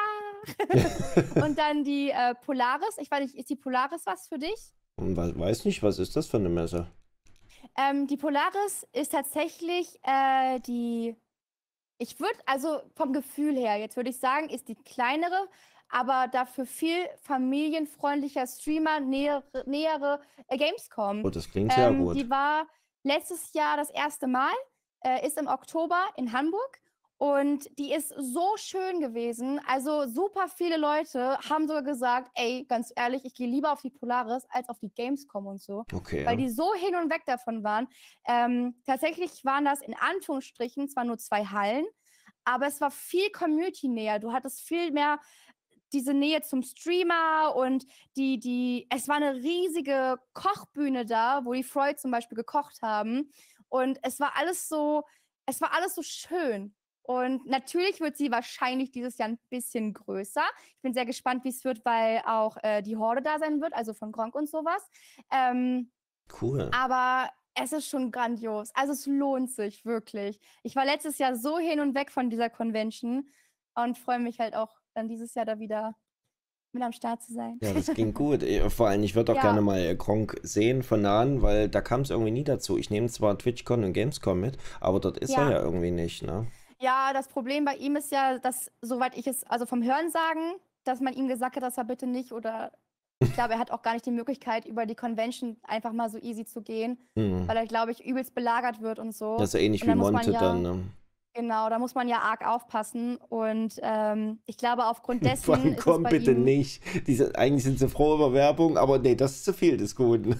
Und dann die äh, Polaris. Ich weiß nicht, ist die Polaris was für dich? Und we- weiß nicht, was ist das für eine Messe? Ähm, die Polaris ist tatsächlich äh, die, ich würde, also vom Gefühl her, jetzt würde ich sagen, ist die kleinere, aber dafür viel familienfreundlicher Streamer, nähere, nähere äh, Gamescom. Oh, das klingt sehr Ähm, gut. die war letztes Jahr das erste Mal, äh, ist im Oktober in Hamburg. Und die ist so schön gewesen. Also super viele Leute haben sogar gesagt, ey, ganz ehrlich, ich gehe lieber auf die Polaris als auf die Gamescom und so. Okay. Weil die so hin und weg davon waren. Ähm, tatsächlich waren das in Anführungsstrichen zwar nur zwei Hallen, aber es war viel Community-näher. Du hattest viel mehr diese Nähe zum Streamer und die, die, es war eine riesige Kochbühne da, wo die Freud zum Beispiel gekocht haben. Und es war alles so, es war alles so schön. Und natürlich wird sie wahrscheinlich dieses Jahr ein bisschen größer. Ich bin sehr gespannt, wie es wird, weil auch äh, die Horde da sein wird, also von Gronkh und sowas. Ähm, Cool. aber es ist schon grandios. Also es lohnt sich wirklich. Ich war letztes Jahr so hin und weg von dieser Convention und freue mich halt auch dann dieses Jahr da wieder mit am Start zu sein. Ja, das ging gut. Eh, Vor allem, ich würde auch Ja. gerne mal äh, Gronkh sehen von nahen, weil da kam es irgendwie nie dazu. Ich nehme zwar TwitchCon und Gamescom mit, aber dort ist er Ja. ja irgendwie nicht, ne? Ja, das Problem bei ihm ist ja, dass, soweit ich es, also vom Hörensagen, dass man ihm gesagt hat, dass er bitte nicht oder ich glaube, er hat auch gar nicht die Möglichkeit, über die Convention einfach mal so easy zu gehen, Hm. weil er, glaube ich, übelst belagert wird und so. Das ist ja ähnlich Und wie dann muss man Monte ja- dann, ne? Genau, da muss man ja arg aufpassen und ähm, ich glaube, aufgrund dessen Vor allem ist es komm bei bitte ihm nicht. Diese, eigentlich sind sie froh über Werbung, aber nee, das ist zu viel des Guten.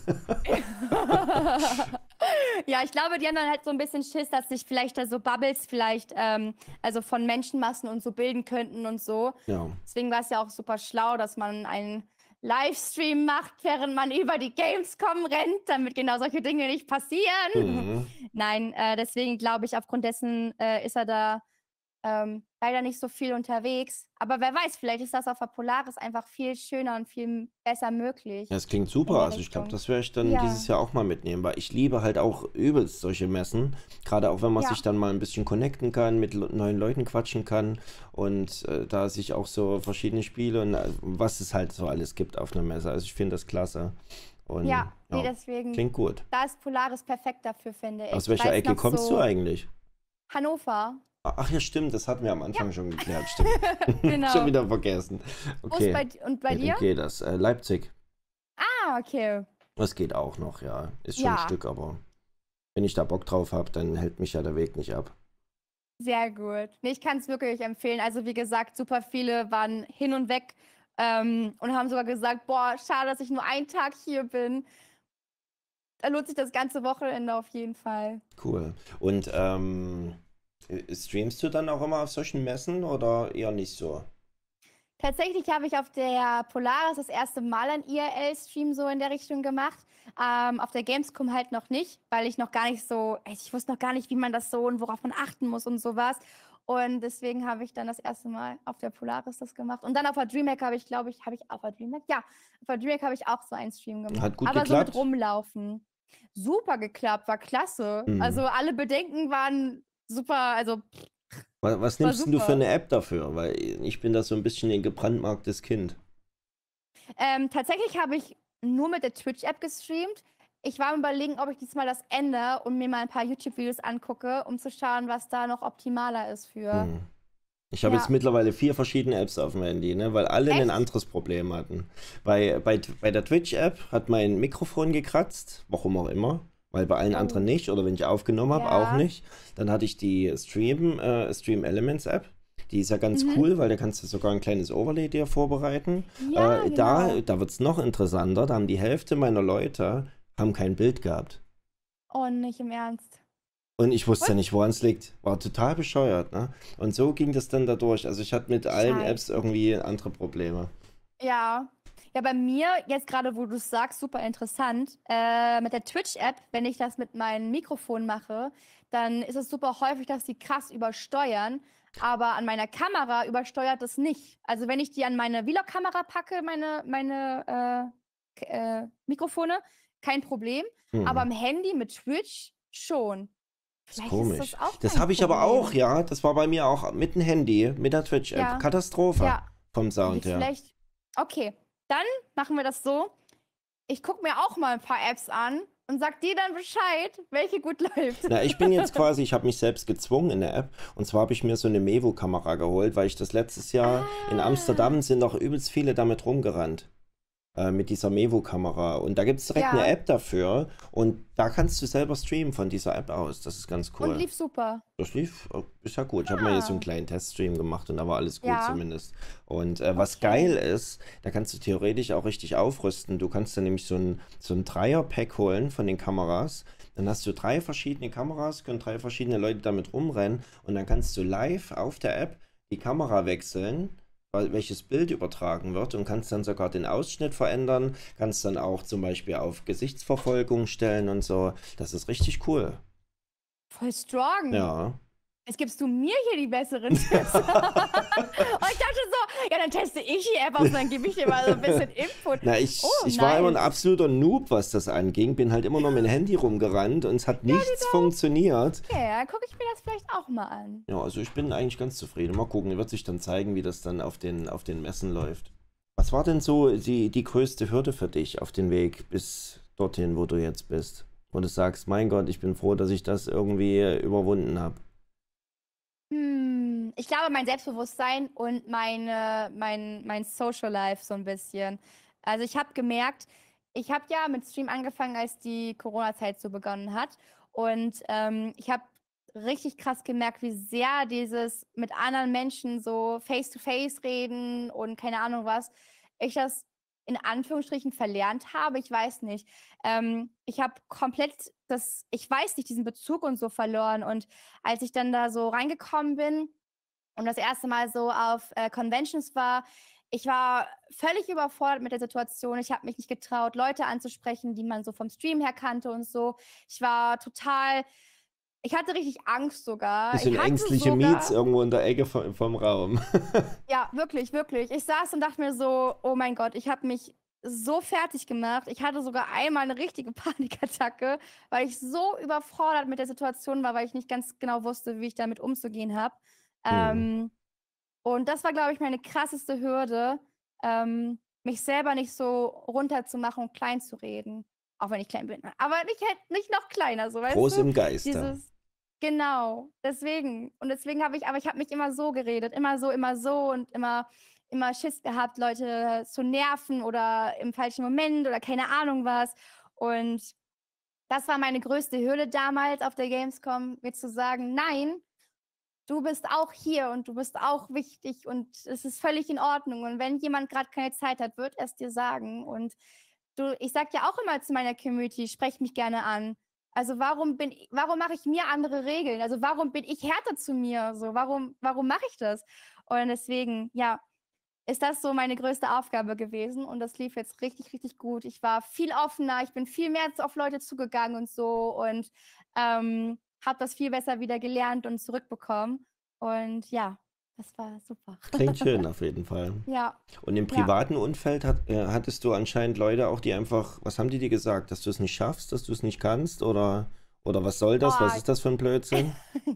Ja, ich glaube, die haben dann halt so ein bisschen Schiss, dass sich vielleicht da so Bubbles vielleicht, ähm, also von Menschenmassen und so bilden könnten und so. Ja. Deswegen war es ja auch super schlau, dass man einen Livestream macht, während man über die Gamescom rennt, damit genau solche Dinge nicht passieren. Mhm. Nein, äh, deswegen glaube ich, aufgrund dessen äh, ist er da ähm, leider nicht so viel unterwegs. Aber wer weiß, vielleicht ist das auf der Polaris einfach viel schöner und viel besser möglich. Ja, das klingt In super. der Also ich glaube, Richtung. das werde ich dann Ja. dieses Jahr auch mal mitnehmen, weil ich liebe halt auch übelst solche Messen. Gerade auch, wenn man Ja. sich dann mal ein bisschen connecten kann, mit le- neuen Leuten quatschen kann und äh, da sich auch so verschiedene Spiele und äh, was es halt so alles gibt auf einer Messe. Also ich finde das klasse. Und Ja, nee, ja, deswegen, klingt gut. da ist Polaris perfekt dafür, finde ich. Aus Ich welcher weiß Ecke noch kommst so du eigentlich? Hannover. Ach ja, stimmt, das hatten wir am Anfang schon geklärt, stimmt. Genau. Schon wieder vergessen. Wo ist Okay, bei, di- und bei wie dir? geht das? Äh, Leipzig. Ah, okay. Das geht auch noch, ja. Ist schon ein Ja. Stück, aber wenn ich da Bock drauf habe, dann hält mich ja der Weg nicht ab. Sehr gut. Nee, ich kann es wirklich empfehlen. Also wie gesagt, super viele waren hin und weg ähm, und haben sogar gesagt, boah, schade, dass ich nur einen Tag hier bin. Da lohnt sich das ganze Wochenende auf jeden Fall. Cool. Und ähm, äh, streamst du dann auch immer auf solchen Messen oder eher nicht so? Tatsächlich habe ich auf der Polaris das erste Mal einen I R L-Stream so in der Richtung gemacht. Ähm, auf der Gamescom halt noch nicht, weil ich noch gar nicht so, ich wusste noch gar nicht, wie man das so und worauf man achten muss und sowas. Und deswegen habe ich dann das erste Mal auf der Polaris das gemacht. Und dann auf der DreamHack habe ich, glaube ich, habe ich auf der DreamHack? Ja, auf der DreamHack habe ich auch so einen Stream gemacht. Hat gut Aber geklappt? so mit rumlaufen. Super geklappt, war klasse. Mhm. Also alle Bedenken waren super, also Was, was War nimmst denn du für super. eine App dafür? Weil ich bin da so ein bisschen ein gebrandmarktes Kind. Ähm, tatsächlich habe ich nur mit der Twitch-App gestreamt. Ich war am Überlegen, ob ich diesmal das ändere und mir mal ein paar YouTube-Videos angucke, um zu schauen, was da noch optimaler ist für. Hm. Ich habe Ja. jetzt mittlerweile vier verschiedene Apps auf dem Handy, ne, weil alle ein Echt? anderes Problem hatten. Bei, bei, bei der Twitch-App hat mein Mikrofon gekratzt, warum auch immer, weil bei allen Oh. anderen nicht oder wenn ich aufgenommen habe, Ja. auch nicht. Dann hatte ich die Stream, äh, Stream Elements App. Die ist ja ganz Mhm. cool, weil da kannst du sogar ein kleines Overlay dir vorbereiten. Ja, äh, da genau. da wird es noch interessanter. Da haben die Hälfte meiner Leute haben kein Bild gehabt. Oh, nicht im Ernst. Und ich wusste ja Und? nicht, woran es liegt. War total bescheuert, ne? Und so ging das dann da durch. Also ich hatte mit allen Scheiße. Apps irgendwie andere Probleme. Ja. Ja, bei mir, jetzt gerade, wo du es sagst, super interessant, äh, mit der Twitch-App, wenn ich das mit meinem Mikrofon mache, dann ist es super häufig, dass die krass übersteuern, aber an meiner Kamera übersteuert es nicht. Also wenn ich die an meine Vlog-Kamera packe, meine, meine äh, K- äh, Mikrofone, kein Problem, aber Hm, am Handy mit Twitch schon. das ist Vielleicht ist das komisch. auch Das mein habe ich aber auch, Problem. ja. Das war bei mir auch mit dem Handy, mit der Twitch-App. Ja, Katastrophe ja. vom Sound Liegt her. vielleicht. Okay, dann machen wir das so. Ich gucke mir auch mal ein paar Apps an und sag dir dann Bescheid, welche gut läuft. Na, ich bin jetzt quasi, ich habe mich selbst gezwungen in der App. Und zwar habe ich mir so eine Mevo-Kamera geholt, weil ich das letztes Jahr in Ah, Amsterdam sind noch übelst viele damit rumgerannt. Äh, mit dieser Mevo-Kamera. Und da gibt es direkt eine ja. App dafür. Und da kannst du selber streamen von dieser App aus. Das ist ganz Und cool. lief super. Das lief, äh, ist ja gut. Ich habe mal hier so einen Ah, kleinen Teststream gemacht und da war alles gut ja, zumindest. Und äh, was geil okay. ist, da kannst du theoretisch auch richtig aufrüsten. Du kannst dann nämlich so ein, so ein Dreier-Pack holen von den Kameras. Dann hast du drei verschiedene Kameras, können drei verschiedene Leute damit rumrennen und dann kannst du live auf der App die Kamera wechseln, weil- welches Bild übertragen wird und kannst dann sogar den Ausschnitt verändern, kannst dann auch zum Beispiel auf Gesichtsverfolgung stellen und so. Das ist richtig cool. Voll strong. Ja. Jetzt gibst du mir hier die besseren Tipps. Und ich dachte so, ja, dann teste ich die App aus, dann gebe ich dir mal so ein bisschen Input. Na, ich, Oh, ich war immer ein nice. absoluter Noob, was das anging. Bin halt immer nur mit dem Handy rumgerannt und es hat nichts funktioniert. Okay, dann gucke ich mir das vielleicht auch mal an. Ja, also ich bin eigentlich ganz zufrieden. Mal gucken, wird sich dann zeigen, wie das dann auf den, auf den Messen läuft. Was war denn so die, die größte Hürde für dich auf den Weg bis dorthin, wo du jetzt bist? Wo du sagst, mein Gott, ich bin froh, dass ich das irgendwie überwunden habe. Hm, ich glaube, mein Selbstbewusstsein und meine, mein, mein Social Life so ein bisschen. Also ich habe gemerkt, ich habe ja mit Stream angefangen, als die Corona-Zeit so begonnen hat. Und ähm, ich habe richtig krass gemerkt, wie sehr dieses mit anderen Menschen so face-to-face reden und keine Ahnung was, ich das in Anführungsstrichen verlernt habe. Ich weiß nicht. Ähm, ich habe komplett das, ich weiß nicht, diesen Bezug und so verloren. Und als ich dann da so reingekommen bin und das erste Mal so auf äh, Conventions war, ich war völlig überfordert mit der Situation. Ich habe mich nicht getraut, Leute anzusprechen, die man so vom Stream her kannte und so. Ich war total, ich hatte richtig Angst sogar. Bisschen Ich hatte ängstliche Miets sogar, irgendwo in der Ecke vom, vom Raum. ja, wirklich, wirklich. Ich saß und dachte mir so, oh mein Gott, ich habe mich so fertig gemacht. Ich hatte sogar einmal eine richtige Panikattacke, weil ich so überfordert mit der Situation war, weil ich nicht ganz genau wusste, wie ich damit umzugehen habe. Hm. Ähm, und das war, glaube ich, meine krasseste Hürde, ähm, mich selber nicht so runterzumachen und klein zu reden. Auch wenn ich klein bin. Aber nicht, halt, nicht noch kleiner, so weißt Groß du? im Geiste. Dieses, genau, deswegen. Und deswegen habe ich, aber ich habe mich immer so geredet. Immer so, immer so und immer, immer Schiss gehabt, Leute zu nerven oder im falschen Moment oder keine Ahnung was. Und das war meine größte Hürde damals auf der Gamescom, mir zu sagen, nein, du bist auch hier und du bist auch wichtig und es ist völlig in Ordnung. Und wenn jemand gerade keine Zeit hat, wird er es dir sagen. Und du, ich sage ja auch immer zu meiner Community, sprech mich gerne an. Also warum bin ich, warum mache ich mir andere Regeln? Also warum bin ich härter zu mir? So, warum, warum mache ich das? Und deswegen, ja, ist das so meine größte Aufgabe gewesen und das lief jetzt richtig, richtig gut. Ich war viel offener, ich bin viel mehr auf Leute zugegangen und so und ähm, habe das viel besser wieder gelernt und zurückbekommen. Und ja, das war super. Klingt schön auf jeden Fall. Ja, Und im ja. privaten Umfeld hat, äh, hattest du anscheinend Leute auch, die einfach, was haben die dir gesagt, dass du es nicht schaffst, dass du es nicht kannst oder, oder was soll das? Was Oh, ist das für ein Blödsinn?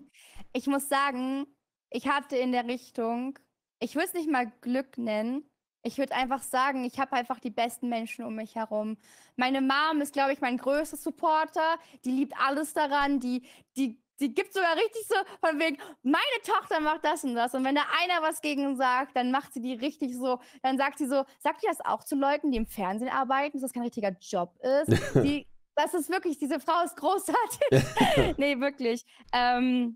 ich muss sagen, ich hatte in der Richtung, ich würde es nicht mal Glück nennen. Ich würde einfach sagen, ich habe einfach die besten Menschen um mich herum. Meine Mom ist, glaube ich, mein größter Supporter. Die liebt alles daran. Die, die, die gibt sogar richtig so von wegen, meine Tochter macht das und das. Und wenn da einer was gegen sagt, dann macht sie die richtig so, dann sagt sie so, sagt ihr das auch zu Leuten, die im Fernsehen arbeiten, dass das kein richtiger Job ist? Die, das ist wirklich, diese Frau ist großartig. Nee, wirklich. Ähm,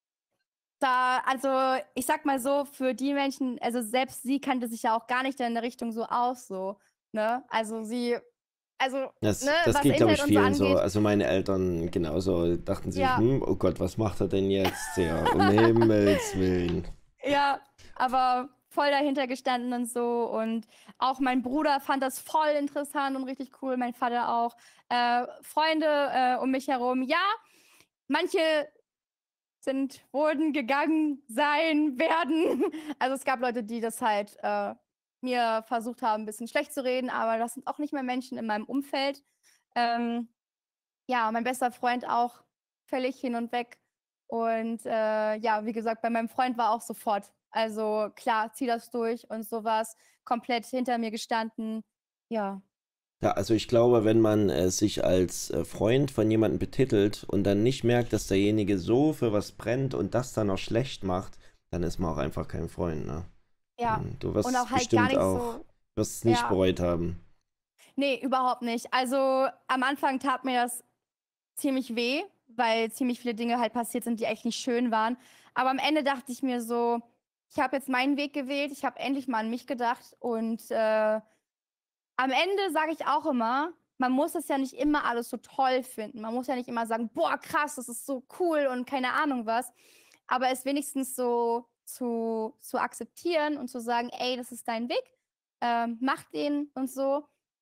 da, also ich sag mal so, für die Menschen, also selbst sie kannte sich ja auch gar nicht in der Richtung so aus, so, ne? Also sie, also, Das, ne, das was geht, glaube Internet ich, und so vielen so. angeht, Also meine Eltern genauso dachten sich, ja, hm, oh Gott, was macht er denn jetzt? Ja, um Himmels Willen. ja, aber voll dahinter gestanden und so. Und auch mein Bruder fand das voll interessant und richtig cool, mein Vater auch. Äh, Freunde äh, um mich herum, ja, manche sind, wurden, gegangen, sein, werden. Also es gab Leute, die das halt äh, mir versucht haben, ein bisschen schlecht zu reden, aber das sind auch nicht mehr Menschen in meinem Umfeld. Ähm, ja, mein bester Freund auch völlig hin und weg. Und äh, ja, wie gesagt, bei meinem Freund war auch sofort. Also klar, zieh das durch und sowas. Komplett hinter mir gestanden. Ja. Ja, also ich glaube, wenn man äh, sich als äh, Freund von jemandem betitelt und dann nicht merkt, dass derjenige so für was brennt und das dann noch schlecht macht, dann ist man auch einfach kein Freund, ne? Ja. Hm, Du Und wirst auch halt gar bestimmt nicht auch, so. wirst es nicht Ja. bereut haben. Nee, überhaupt nicht. Also am Anfang tat mir das ziemlich weh, weil ziemlich viele Dinge halt passiert sind, die echt nicht schön waren. Aber am Ende dachte ich mir so, ich habe jetzt meinen Weg gewählt, ich habe endlich mal an mich gedacht und äh, am Ende sage ich auch immer, man muss es ja nicht immer alles so toll finden. Man muss ja nicht immer sagen, boah, krass, das ist so cool und keine Ahnung was. Aber es wenigstens so zu, zu akzeptieren und zu sagen, ey, das ist dein Weg, ähm, mach den und so.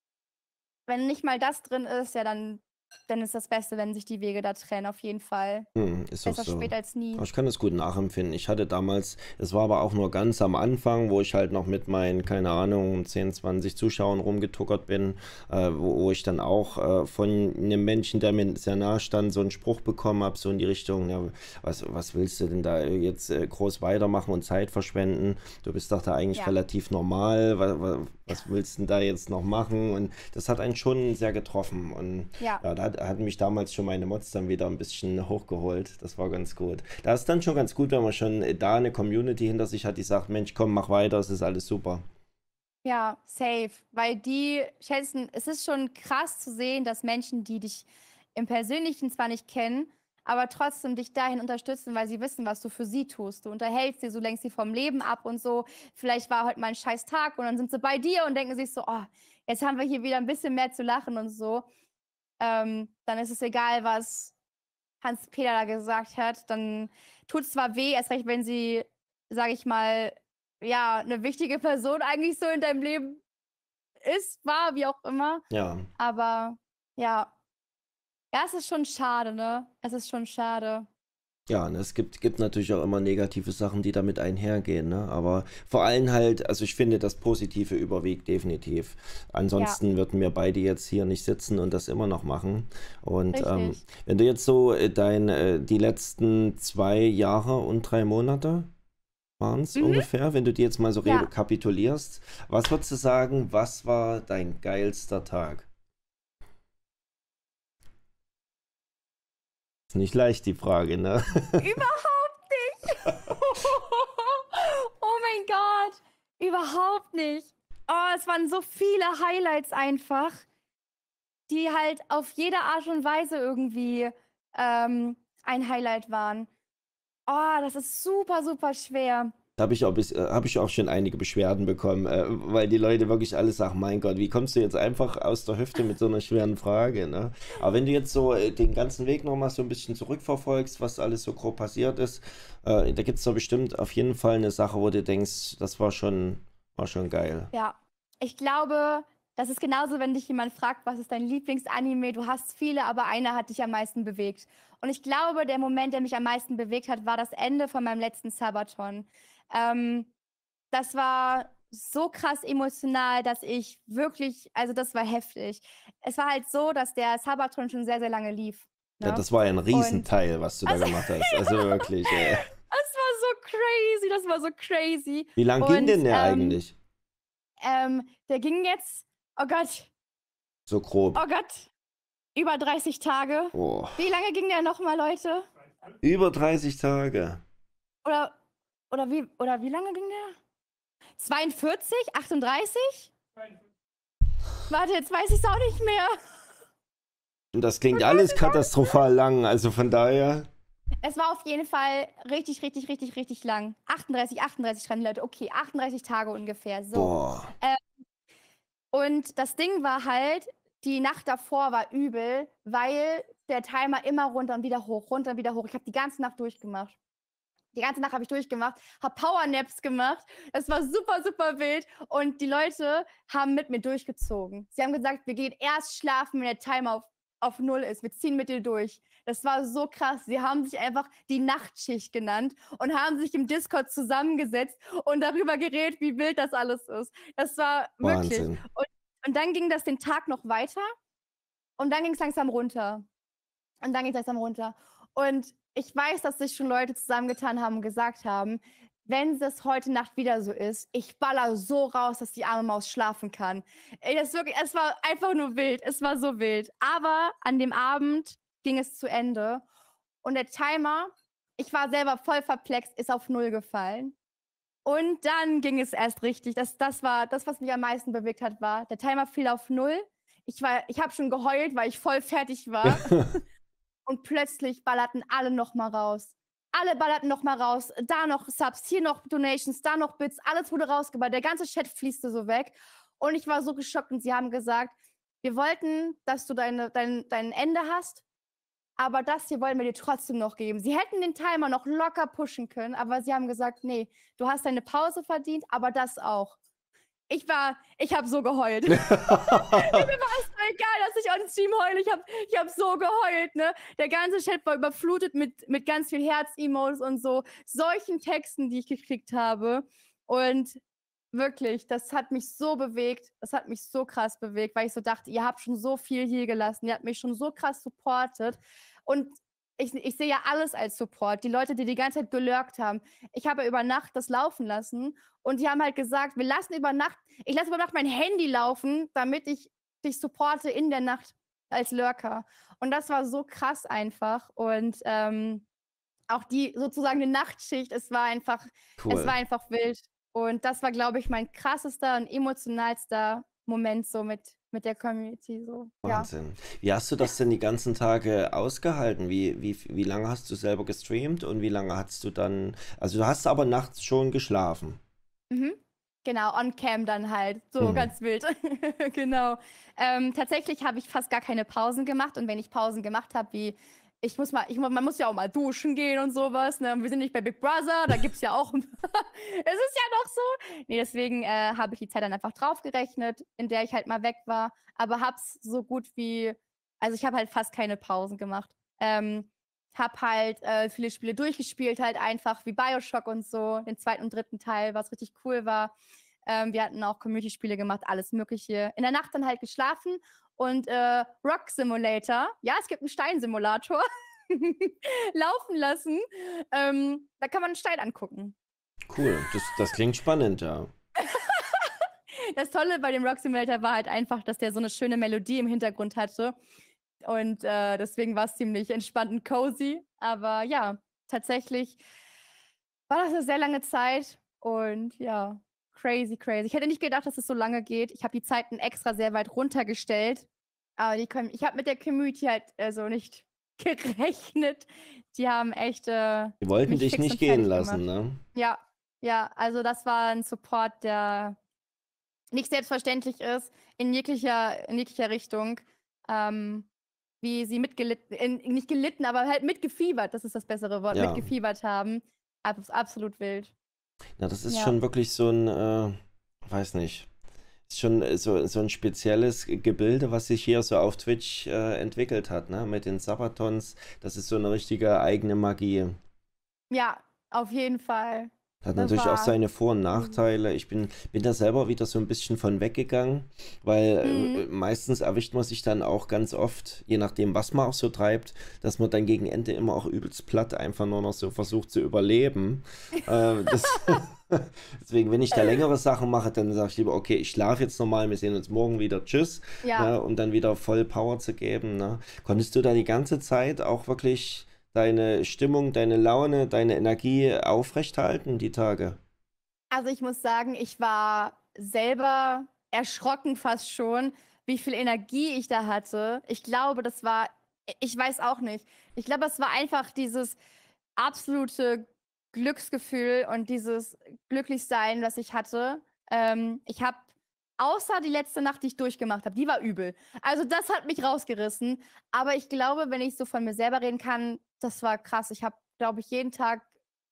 Wenn nicht mal das drin ist, ja, dann, dann ist das Beste, wenn sich die Wege da trennen, auf jeden Fall. Hm, ist auch Besser so. spät als nie. Aber ich kann es gut nachempfinden. Ich hatte damals, es war aber auch nur ganz am Anfang, wo ich halt noch mit meinen, keine Ahnung, zehn, zwanzig Zuschauern rumgetuckert bin, äh, wo, wo ich dann auch äh, von einem Menschen, der mir sehr nahe stand, so einen Spruch bekommen habe, so in die Richtung, ja, was, was willst du denn da jetzt äh, groß weitermachen und Zeit verschwenden? Du bist doch da eigentlich Ja. relativ normal, was, was willst du denn da jetzt noch machen? Und das hat einen schon sehr getroffen. Und Ja. ja, da hat, hat mich damals schon meine Mods dann wieder ein bisschen hochgeholt. Das war ganz gut. Da ist dann schon ganz gut, wenn man schon da eine Community hinter sich hat, die sagt, Mensch, komm, mach weiter, es ist alles super. Ja, safe. Weil die schätzen, es ist schon krass zu sehen, dass Menschen, die dich im Persönlichen zwar nicht kennen, aber trotzdem dich dahin unterstützen, weil sie wissen, was du für sie tust. Du unterhältst sie, du lenkst sie vom Leben ab und so. Vielleicht war heute mal ein scheiß Tag und dann sind sie bei dir und denken sich so, oh, jetzt haben wir hier wieder ein bisschen mehr zu lachen und so. Ähm, dann ist es egal, was Hans-Peter da gesagt hat. Dann tut es zwar weh, erst recht, wenn sie, sage ich mal, ja, eine wichtige Person eigentlich so in deinem Leben ist, war, wie auch immer. Ja. Aber ja, ja, es ist schon schade, ne? Es ist schon schade. Ja, ne, es gibt, gibt natürlich auch immer negative Sachen, die damit einhergehen, ne? Aber vor allem halt, also ich finde, das Positive überwiegt definitiv. Ja, Ansonsten würden wir beide jetzt hier nicht sitzen und das immer noch machen. Und ähm, richtig. wenn du jetzt so äh, dein, äh, die letzten zwei Jahre und drei Monate waren es Mhm. ungefähr, wenn du die jetzt mal so Ja. rekapitulierst, was würdest du sagen, was war dein geilster Tag? Ist nicht leicht, die Frage, ne? Überhaupt nicht. Oh mein Gott. Überhaupt nicht. Oh, es waren so viele Highlights einfach, die halt auf jede Art und Weise irgendwie ähm, ein Highlight waren. Oh, das ist super, super schwer. Da habe ich auch, bis, äh, hab ich auch schon einige Beschwerden bekommen, äh, weil die Leute wirklich alle sagen, mein Gott, wie kommst du jetzt einfach aus der Hüfte mit so einer schweren Frage, ne? Aber wenn du jetzt so äh, den ganzen Weg nochmal so ein bisschen zurückverfolgst, was alles so grob passiert ist, äh, da gibt es doch bestimmt auf jeden Fall eine Sache, wo du denkst, das war schon, war schon geil. Ja, ich glaube, das ist genauso, wenn dich jemand fragt, was ist dein Lieblingsanime? Du hast viele, aber einer hat dich am meisten bewegt. Und ich glaube, der Moment, der mich am meisten bewegt hat, war das Ende von meinem letzten Sabaton. Ähm, das war so krass emotional, dass ich wirklich, also das war heftig. Es war halt so, dass der Sabaton schon sehr, sehr lange lief. Ja, Ne? das war ja ein Und Riesenteil, was du da also, gemacht hast. Also wirklich, ey. das war so crazy, das war so crazy. Wie lang ging Und denn der ähm, eigentlich? ähm, der ging jetzt, oh Gott, So grob. oh Gott, über dreißig Tage. Oh. Wie lange ging der nochmal, Leute? Über dreißig Tage. Oder, oder, wie, oder wie lange ging der? zweiundvierzig? achtunddreißig? Warte, jetzt weiß ich es auch nicht mehr. Und das klingt alles katastrophal lang, also von daher. Es war auf jeden Fall richtig, richtig, richtig, richtig lang. achtunddreißig, achtunddreißig schreiben die Leute. Okay, achtunddreißig Tage ungefähr. So. Boah. Ähm, und das Ding war halt, die Nacht davor war übel, weil der Timer immer runter und wieder hoch, runter und wieder hoch. Ich habe die ganze Nacht durchgemacht. Die ganze Nacht habe ich durchgemacht, habe Powernaps gemacht. Es war super, super wild. Und die Leute haben mit mir durchgezogen. Sie haben gesagt, wir gehen erst schlafen, wenn der Timer auf, auf Null ist. Wir ziehen mit dir durch. Das war so krass. Sie haben sich einfach die Nachtschicht genannt und haben sich im Discord zusammengesetzt und darüber geredet, wie wild das alles ist. Das war wirklich. Wahnsinn. Und, und dann ging das den Tag noch weiter und dann ging es langsam runter. Und dann ging es langsam runter. Und ich weiß, dass sich schon Leute zusammengetan haben und gesagt haben, wenn es heute Nacht wieder so ist, ich baller so raus, dass die arme Maus schlafen kann. Ey, das wirklich, es war einfach nur wild. Es war so wild. Aber an dem Abend ging es zu Ende. Und der Timer, ich war selber voll perplex, ist auf Null gefallen. Und dann ging es erst richtig. Das, das war das, was mich am meisten bewegt hat, war, der Timer fiel auf Null. Ich, war, ich habe schon geheult, weil ich voll fertig war. Und plötzlich ballerten alle noch mal raus. Alle ballerten noch mal raus. Da noch Subs, hier noch Donations, da noch Bits. Alles wurde rausgeballert. Der ganze Chat fließte so weg. Und ich war so geschockt. Und sie haben gesagt, wir wollten, dass du deine, dein, dein Ende hast, aber das hier wollen wir dir trotzdem noch geben. Sie hätten den Timer noch locker pushen können, aber sie haben gesagt, nee, du hast deine Pause verdient, aber das auch. Ich war, ich habe so geheult. Mir war es so egal, dass ich on Stream heule. Ich habe ich hab so geheult, ne? Der ganze Chat war überflutet mit, mit ganz viel Herz-Emotes und so. Solchen Texten, die ich gekriegt habe. Und wirklich, das hat mich so bewegt. Das hat mich so krass bewegt, weil ich so dachte, ihr habt schon so viel hier gelassen. Ihr habt mich schon so krass supportet. Und ich, ich sehe ja alles als Support. Die Leute, die die ganze Zeit gelurkt haben. Ich habe ja über Nacht das laufen lassen. Und die haben halt gesagt, wir lassen über Nacht, ich lasse über Nacht mein Handy laufen, damit ich dich supporte in der Nacht als Lurker. Und das war so krass einfach. Und ähm, auch die sozusagen eine Nachtschicht, es war einfach, Cool. es war einfach wild. Und das war, glaube ich, mein krassester und emotionalster Moment so mit, mit der Community. So. Wahnsinn. Ja. Wie hast du das denn die ganzen Tage ausgehalten? Wie, wie, wie lange hast du selber gestreamt und wie lange hast du dann, also du hast aber nachts schon geschlafen. Mhm. Genau, on cam dann halt. So, Mhm. ganz wild. Genau. Ähm, tatsächlich habe ich fast gar keine Pausen gemacht. Und wenn ich Pausen gemacht habe, wie, ich muss mal, ich, man muss ja auch mal duschen gehen und sowas. Ne? Wir sind nicht bei Big Brother, da gibt es ja auch, es ist ja noch so. Nee, deswegen äh, habe ich die Zeit dann einfach draufgerechnet, in der ich halt mal weg war. Aber hab's so gut wie, also ich habe halt fast keine Pausen gemacht. Ähm, hab halt äh, viele Spiele durchgespielt, halt einfach wie Bioshock und so, den zweiten und dritten Teil, was richtig cool war. Ähm, wir hatten auch Community-Spiele gemacht, alles Mögliche. In der Nacht dann halt geschlafen und äh, Rock Simulator, ja, es gibt einen Steinsimulator, laufen lassen. Ähm, da kann man einen Stein angucken. Cool, das, das klingt spannend, ja. Das Tolle bei dem Rock Simulator war halt einfach, dass der so eine schöne Melodie im Hintergrund hatte. Und äh, deswegen war es ziemlich entspannt und cozy. Aber ja, tatsächlich war das eine sehr lange Zeit. Und ja, crazy, crazy. Ich hätte nicht gedacht, dass es so lange geht. Ich habe die Zeiten extra sehr weit runtergestellt. Aber die können, ich habe mit der Community halt also nicht gerechnet. Die haben echt äh, Die wollten mich dich fix nicht und gehen fertig lassen, gemacht. ne? Ja, ja, also das war ein Support, der nicht selbstverständlich ist, in jeglicher, in jeglicher Richtung. Ähm, wie sie mitgelitten, in, nicht gelitten, aber halt mitgefiebert, das ist das bessere Wort, Ja. mitgefiebert haben. Abs absolut wild. Na, das ist Ja. schon wirklich so ein, äh, weiß nicht, ist schon so, so ein spezielles Gebilde, was sich hier so auf Twitch äh, entwickelt hat, ne? Mit den Sabatons, das ist so eine richtige eigene Magie. Ja, auf jeden Fall. Hat Das natürlich auch war. seine Vor- und Nachteile. Ich bin, bin da selber wieder so ein bisschen von weggegangen, weil äh, Mhm. meistens erwischt man sich dann auch ganz oft, je nachdem, was man auch so treibt, dass man dann gegen Ende immer auch übelst platt einfach nur noch so versucht zu überleben. Äh, das, deswegen, wenn ich da längere Sachen mache, dann sage ich lieber, okay, ich schlafe jetzt normal, wir sehen uns morgen wieder, tschüss, Ja. ne, um dann wieder voll Power zu geben. Ne? Konntest du da die ganze Zeit auch wirklich deine Stimmung, deine Laune, deine Energie aufrechthalten, die Tage? Also ich muss sagen, ich war selber erschrocken fast schon, wie viel Energie ich da hatte. Ich glaube, das war, ich weiß auch nicht. Ich glaube, es war einfach dieses absolute Glücksgefühl und dieses Glücklichsein, was ich hatte. Ähm, ich habe, außer die letzte Nacht, die ich durchgemacht habe, die war übel. Also das hat mich rausgerissen. Aber ich glaube, wenn ich so von mir selber reden kann, das war krass. Ich habe, glaube ich, jeden Tag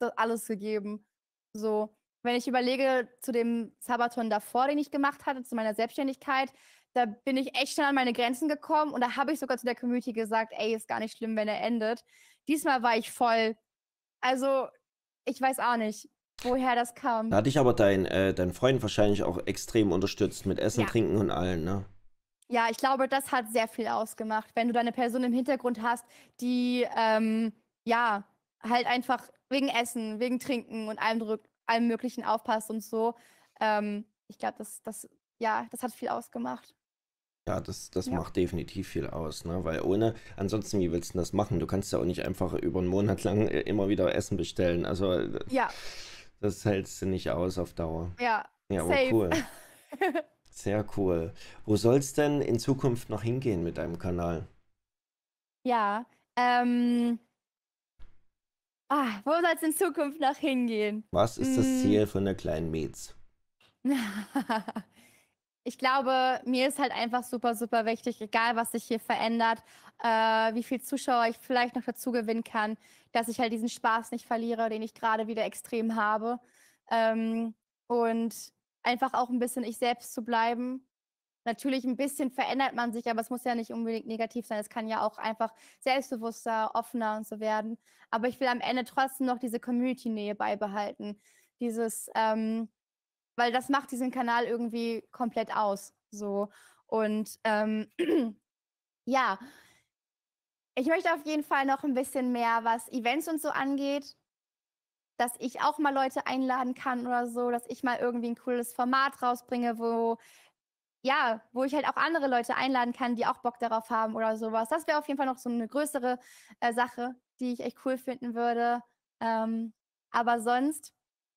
das alles gegeben. So, wenn ich überlege zu dem Sabaton davor, den ich gemacht hatte, zu meiner Selbstständigkeit, da bin ich echt schnell an meine Grenzen gekommen und da habe ich sogar zu der Community gesagt, ey, ist gar nicht schlimm, wenn er endet. Diesmal war ich voll, also ich weiß auch nicht, woher das Da kam. hat dich aber dein, äh, dein Freund wahrscheinlich auch extrem unterstützt mit Essen, Ja. Trinken und allen, ne? Ja, ich glaube, das hat sehr viel ausgemacht, wenn du da 'ne Person im Hintergrund hast, die, ähm, ja, halt einfach wegen Essen, wegen Trinken und allem drück allem Möglichen aufpasst und so. Ähm, ich glaube, das das ja, das hat viel ausgemacht. Ja, das, das Ja. macht definitiv viel aus, ne? Weil ohne, ansonsten, wie willst du denn das machen? Du kannst ja auch nicht einfach über einen Monat lang äh, immer wieder Essen bestellen. Also, äh, Ja, das hältst du nicht aus auf Dauer. ja, Ja, aber safe. cool. Sehr cool. Wo soll's denn in Zukunft noch hingehen mit deinem Kanal? Ja, ähm ah, wo soll's in Zukunft noch hingehen? Was ist das Hm. Ziel von der kleinen Mietz? Ich glaube, mir ist halt einfach super, super wichtig, egal was sich hier verändert, äh, wie viel Zuschauer ich vielleicht noch dazu gewinnen kann, dass ich halt diesen Spaß nicht verliere, den ich gerade wieder extrem habe. Ähm, und einfach auch ein bisschen ich selbst zu bleiben. Natürlich ein bisschen verändert man sich, aber es muss ja nicht unbedingt negativ sein. Es kann ja auch einfach selbstbewusster, offener und so werden. Aber ich will am Ende trotzdem noch diese Community-Nähe beibehalten. Dieses, ähm weil das macht diesen Kanal irgendwie komplett aus, so. Und, ähm, ja, ich möchte auf jeden Fall noch ein bisschen mehr, was Events und so angeht, dass ich auch mal Leute einladen kann oder so, dass ich mal irgendwie ein cooles Format rausbringe, wo ja, wo ich halt auch andere Leute einladen kann, die auch Bock darauf haben oder sowas. Das wäre auf jeden Fall noch so eine größere, äh, Sache, die ich echt cool finden würde. Ähm, aber sonst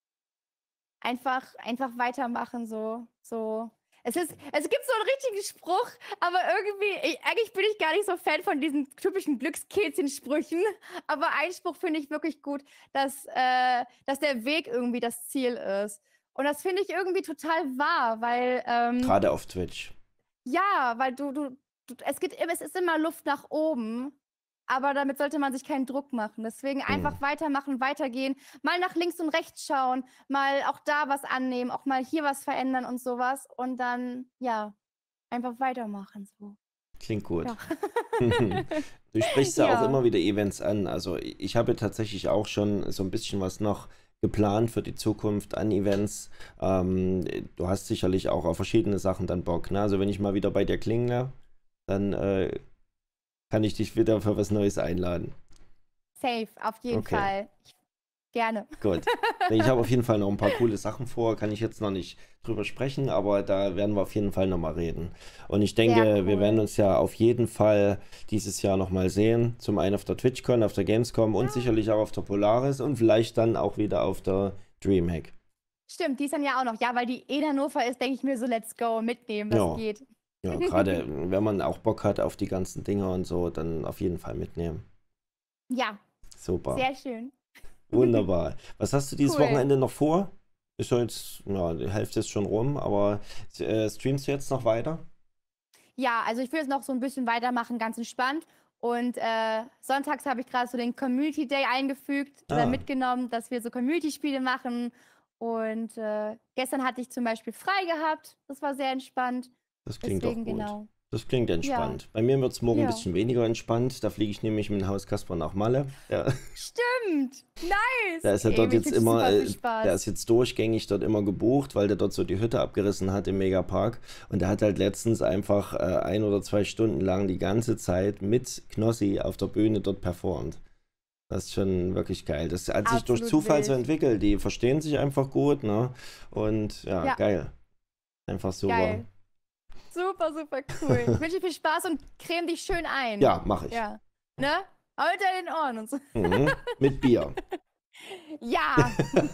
Einfach einfach weitermachen so so. Es ist es gibt so 'n richtigen Spruch, aber irgendwie i eigentlich bin ich gar nicht so Fan von diesen typischen Glückskehlchen-Sprüchen, aber ein Spruch finde ich wirklich gut, dass äh, dass der Weg irgendwie das Ziel ist. Und das finde ich irgendwie total wahr, weil, ähm Gerade auf Twitch. ja, weil du du du es geht immer es ist immer Luft nach oben, aber damit sollte man sich keinen Druck machen. Deswegen Hm. einfach weitermachen, weitergehen, mal nach links und rechts schauen, mal auch da was annehmen, auch mal hier was verändern und so was und dann, ja, einfach weitermachen so. Klingt gut. Ja. Du sprichst ja auch Ja. immer wieder Events an. Also i- ich habe tatsächlich auch schon so ein bisschen was noch geplant für die Zukunft an Events. Ähm, du hast sicherlich auch auf verschiedene Sachen dann Bock, ne? Also wenn ich mal wieder bei dir klingle, dann äh, kann ich dich wieder für was Neues einladen. Safe, auf jeden Okay, Fall. Ich gerne. gut. Nee, ich habe auf jeden Fall noch ein paar coole Sachen vor, kann ich jetzt noch nicht drüber sprechen, aber da werden wir auf jeden Fall nochmal reden. Und ich Sehr denke, wir werden cool. uns ja auf jeden Fall dieses Jahr nochmal sehen. Zum einen auf der TwitchCon, auf der Gamescom und Ja. sicherlich auch auf der Polaris und vielleicht dann auch wieder auf der Dreamhack. Stimmt, die ist dann ja auch noch. Ja, weil die eh in Hannover ist, denke ich mir so: „Let's go, mitnehmen, das Ja, geht." ja, gerade wenn man auch Bock hat auf die ganzen Dinge und so, dann auf jeden Fall mitnehmen. Ja, Super, sehr schön. wunderbar. Was hast du dieses Cool. Wochenende noch vor? Ist ja jetzt, ja, die Hälfte ist schon rum, aber äh, streamst du jetzt noch weiter? Ja, also ich will jetzt noch so ein bisschen weitermachen, ganz entspannt. Und, äh, sonntags habe ich gerade so den Community Day eingefügt oder Ah, mitgenommen, dass wir so Community-Spiele machen. Und, äh, gestern hatte ich zum Beispiel frei gehabt. Das war sehr entspannt. das klingt doch Deswegen gut. genau. Das klingt Ja, entspannt. Bei mir wird es morgen ein ja. bisschen weniger entspannt. Da fliege ich nämlich mit dem Haus Kasper nach Malle. Ja, Stimmt. da Nice. ist er Ey, dort ich jetzt wünsche immer, super viel äh, der Spaß. ist jetzt durchgängig dort immer gebucht, weil der dort so die Hütte abgerissen hat im Megapark. Und der hat halt letztens einfach äh, ein oder zwei Stunden lang die ganze Zeit mit Knossi auf der Bühne dort performt. Das ist schon wirklich geil. Das hat sich durch Absolut Zufall so wild. entwickelt. Die verstehen sich einfach gut, ne? Und ja, Ja, geil. Einfach super. geil. Super, super cool. Ich wünsche dir viel Spaß und creme dich schön ein. Ja, mach ich. Ja. Ne? Aber hinter den Ohren und so. Mhm. Mit Bier. Ja.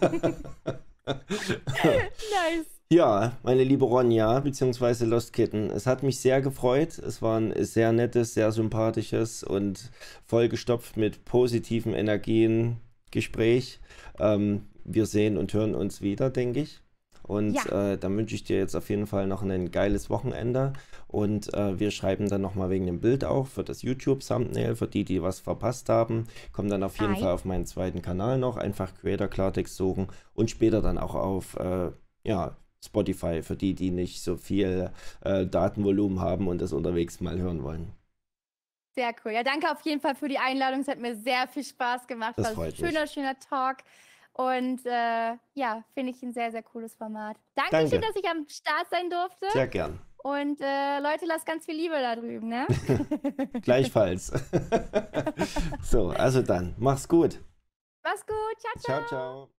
Nice. Ja, meine liebe Ronja, beziehungsweise Lost Kitten, es hat mich sehr gefreut. Es war ein sehr nettes, sehr sympathisches und vollgestopft mit positiven Energien Gespräch. Ähm, wir sehen und hören uns wieder, denke ich. Und Ja, äh, dann wünsche ich dir jetzt auf jeden Fall noch ein geiles Wochenende. Und äh, wir schreiben dann nochmal wegen dem Bild auch für das YouTube-Thumbnail, für die, die was verpasst haben. Kommen dann auf jeden hi. Fall auf meinen zweiten Kanal noch, einfach Creator Klartext suchen und später dann auch auf äh, ja, Spotify, für die, die nicht so viel äh, Datenvolumen haben und das unterwegs mal hören wollen. Sehr cool. Ja, danke auf jeden Fall für die Einladung. Es hat mir sehr viel Spaß gemacht. Das War ein freut mich. schöner, schöner Talk. Und äh, ja, finde ich ein sehr, sehr cooles Format. Dankeschön, Danke, dass ich am Start sein durfte. sehr gern. Und äh, Leute, lasst ganz viel Liebe da drüben, ne? Gleichfalls. So, also dann, mach's gut. Mach's gut. Ciao, ciao. Ciao, ciao.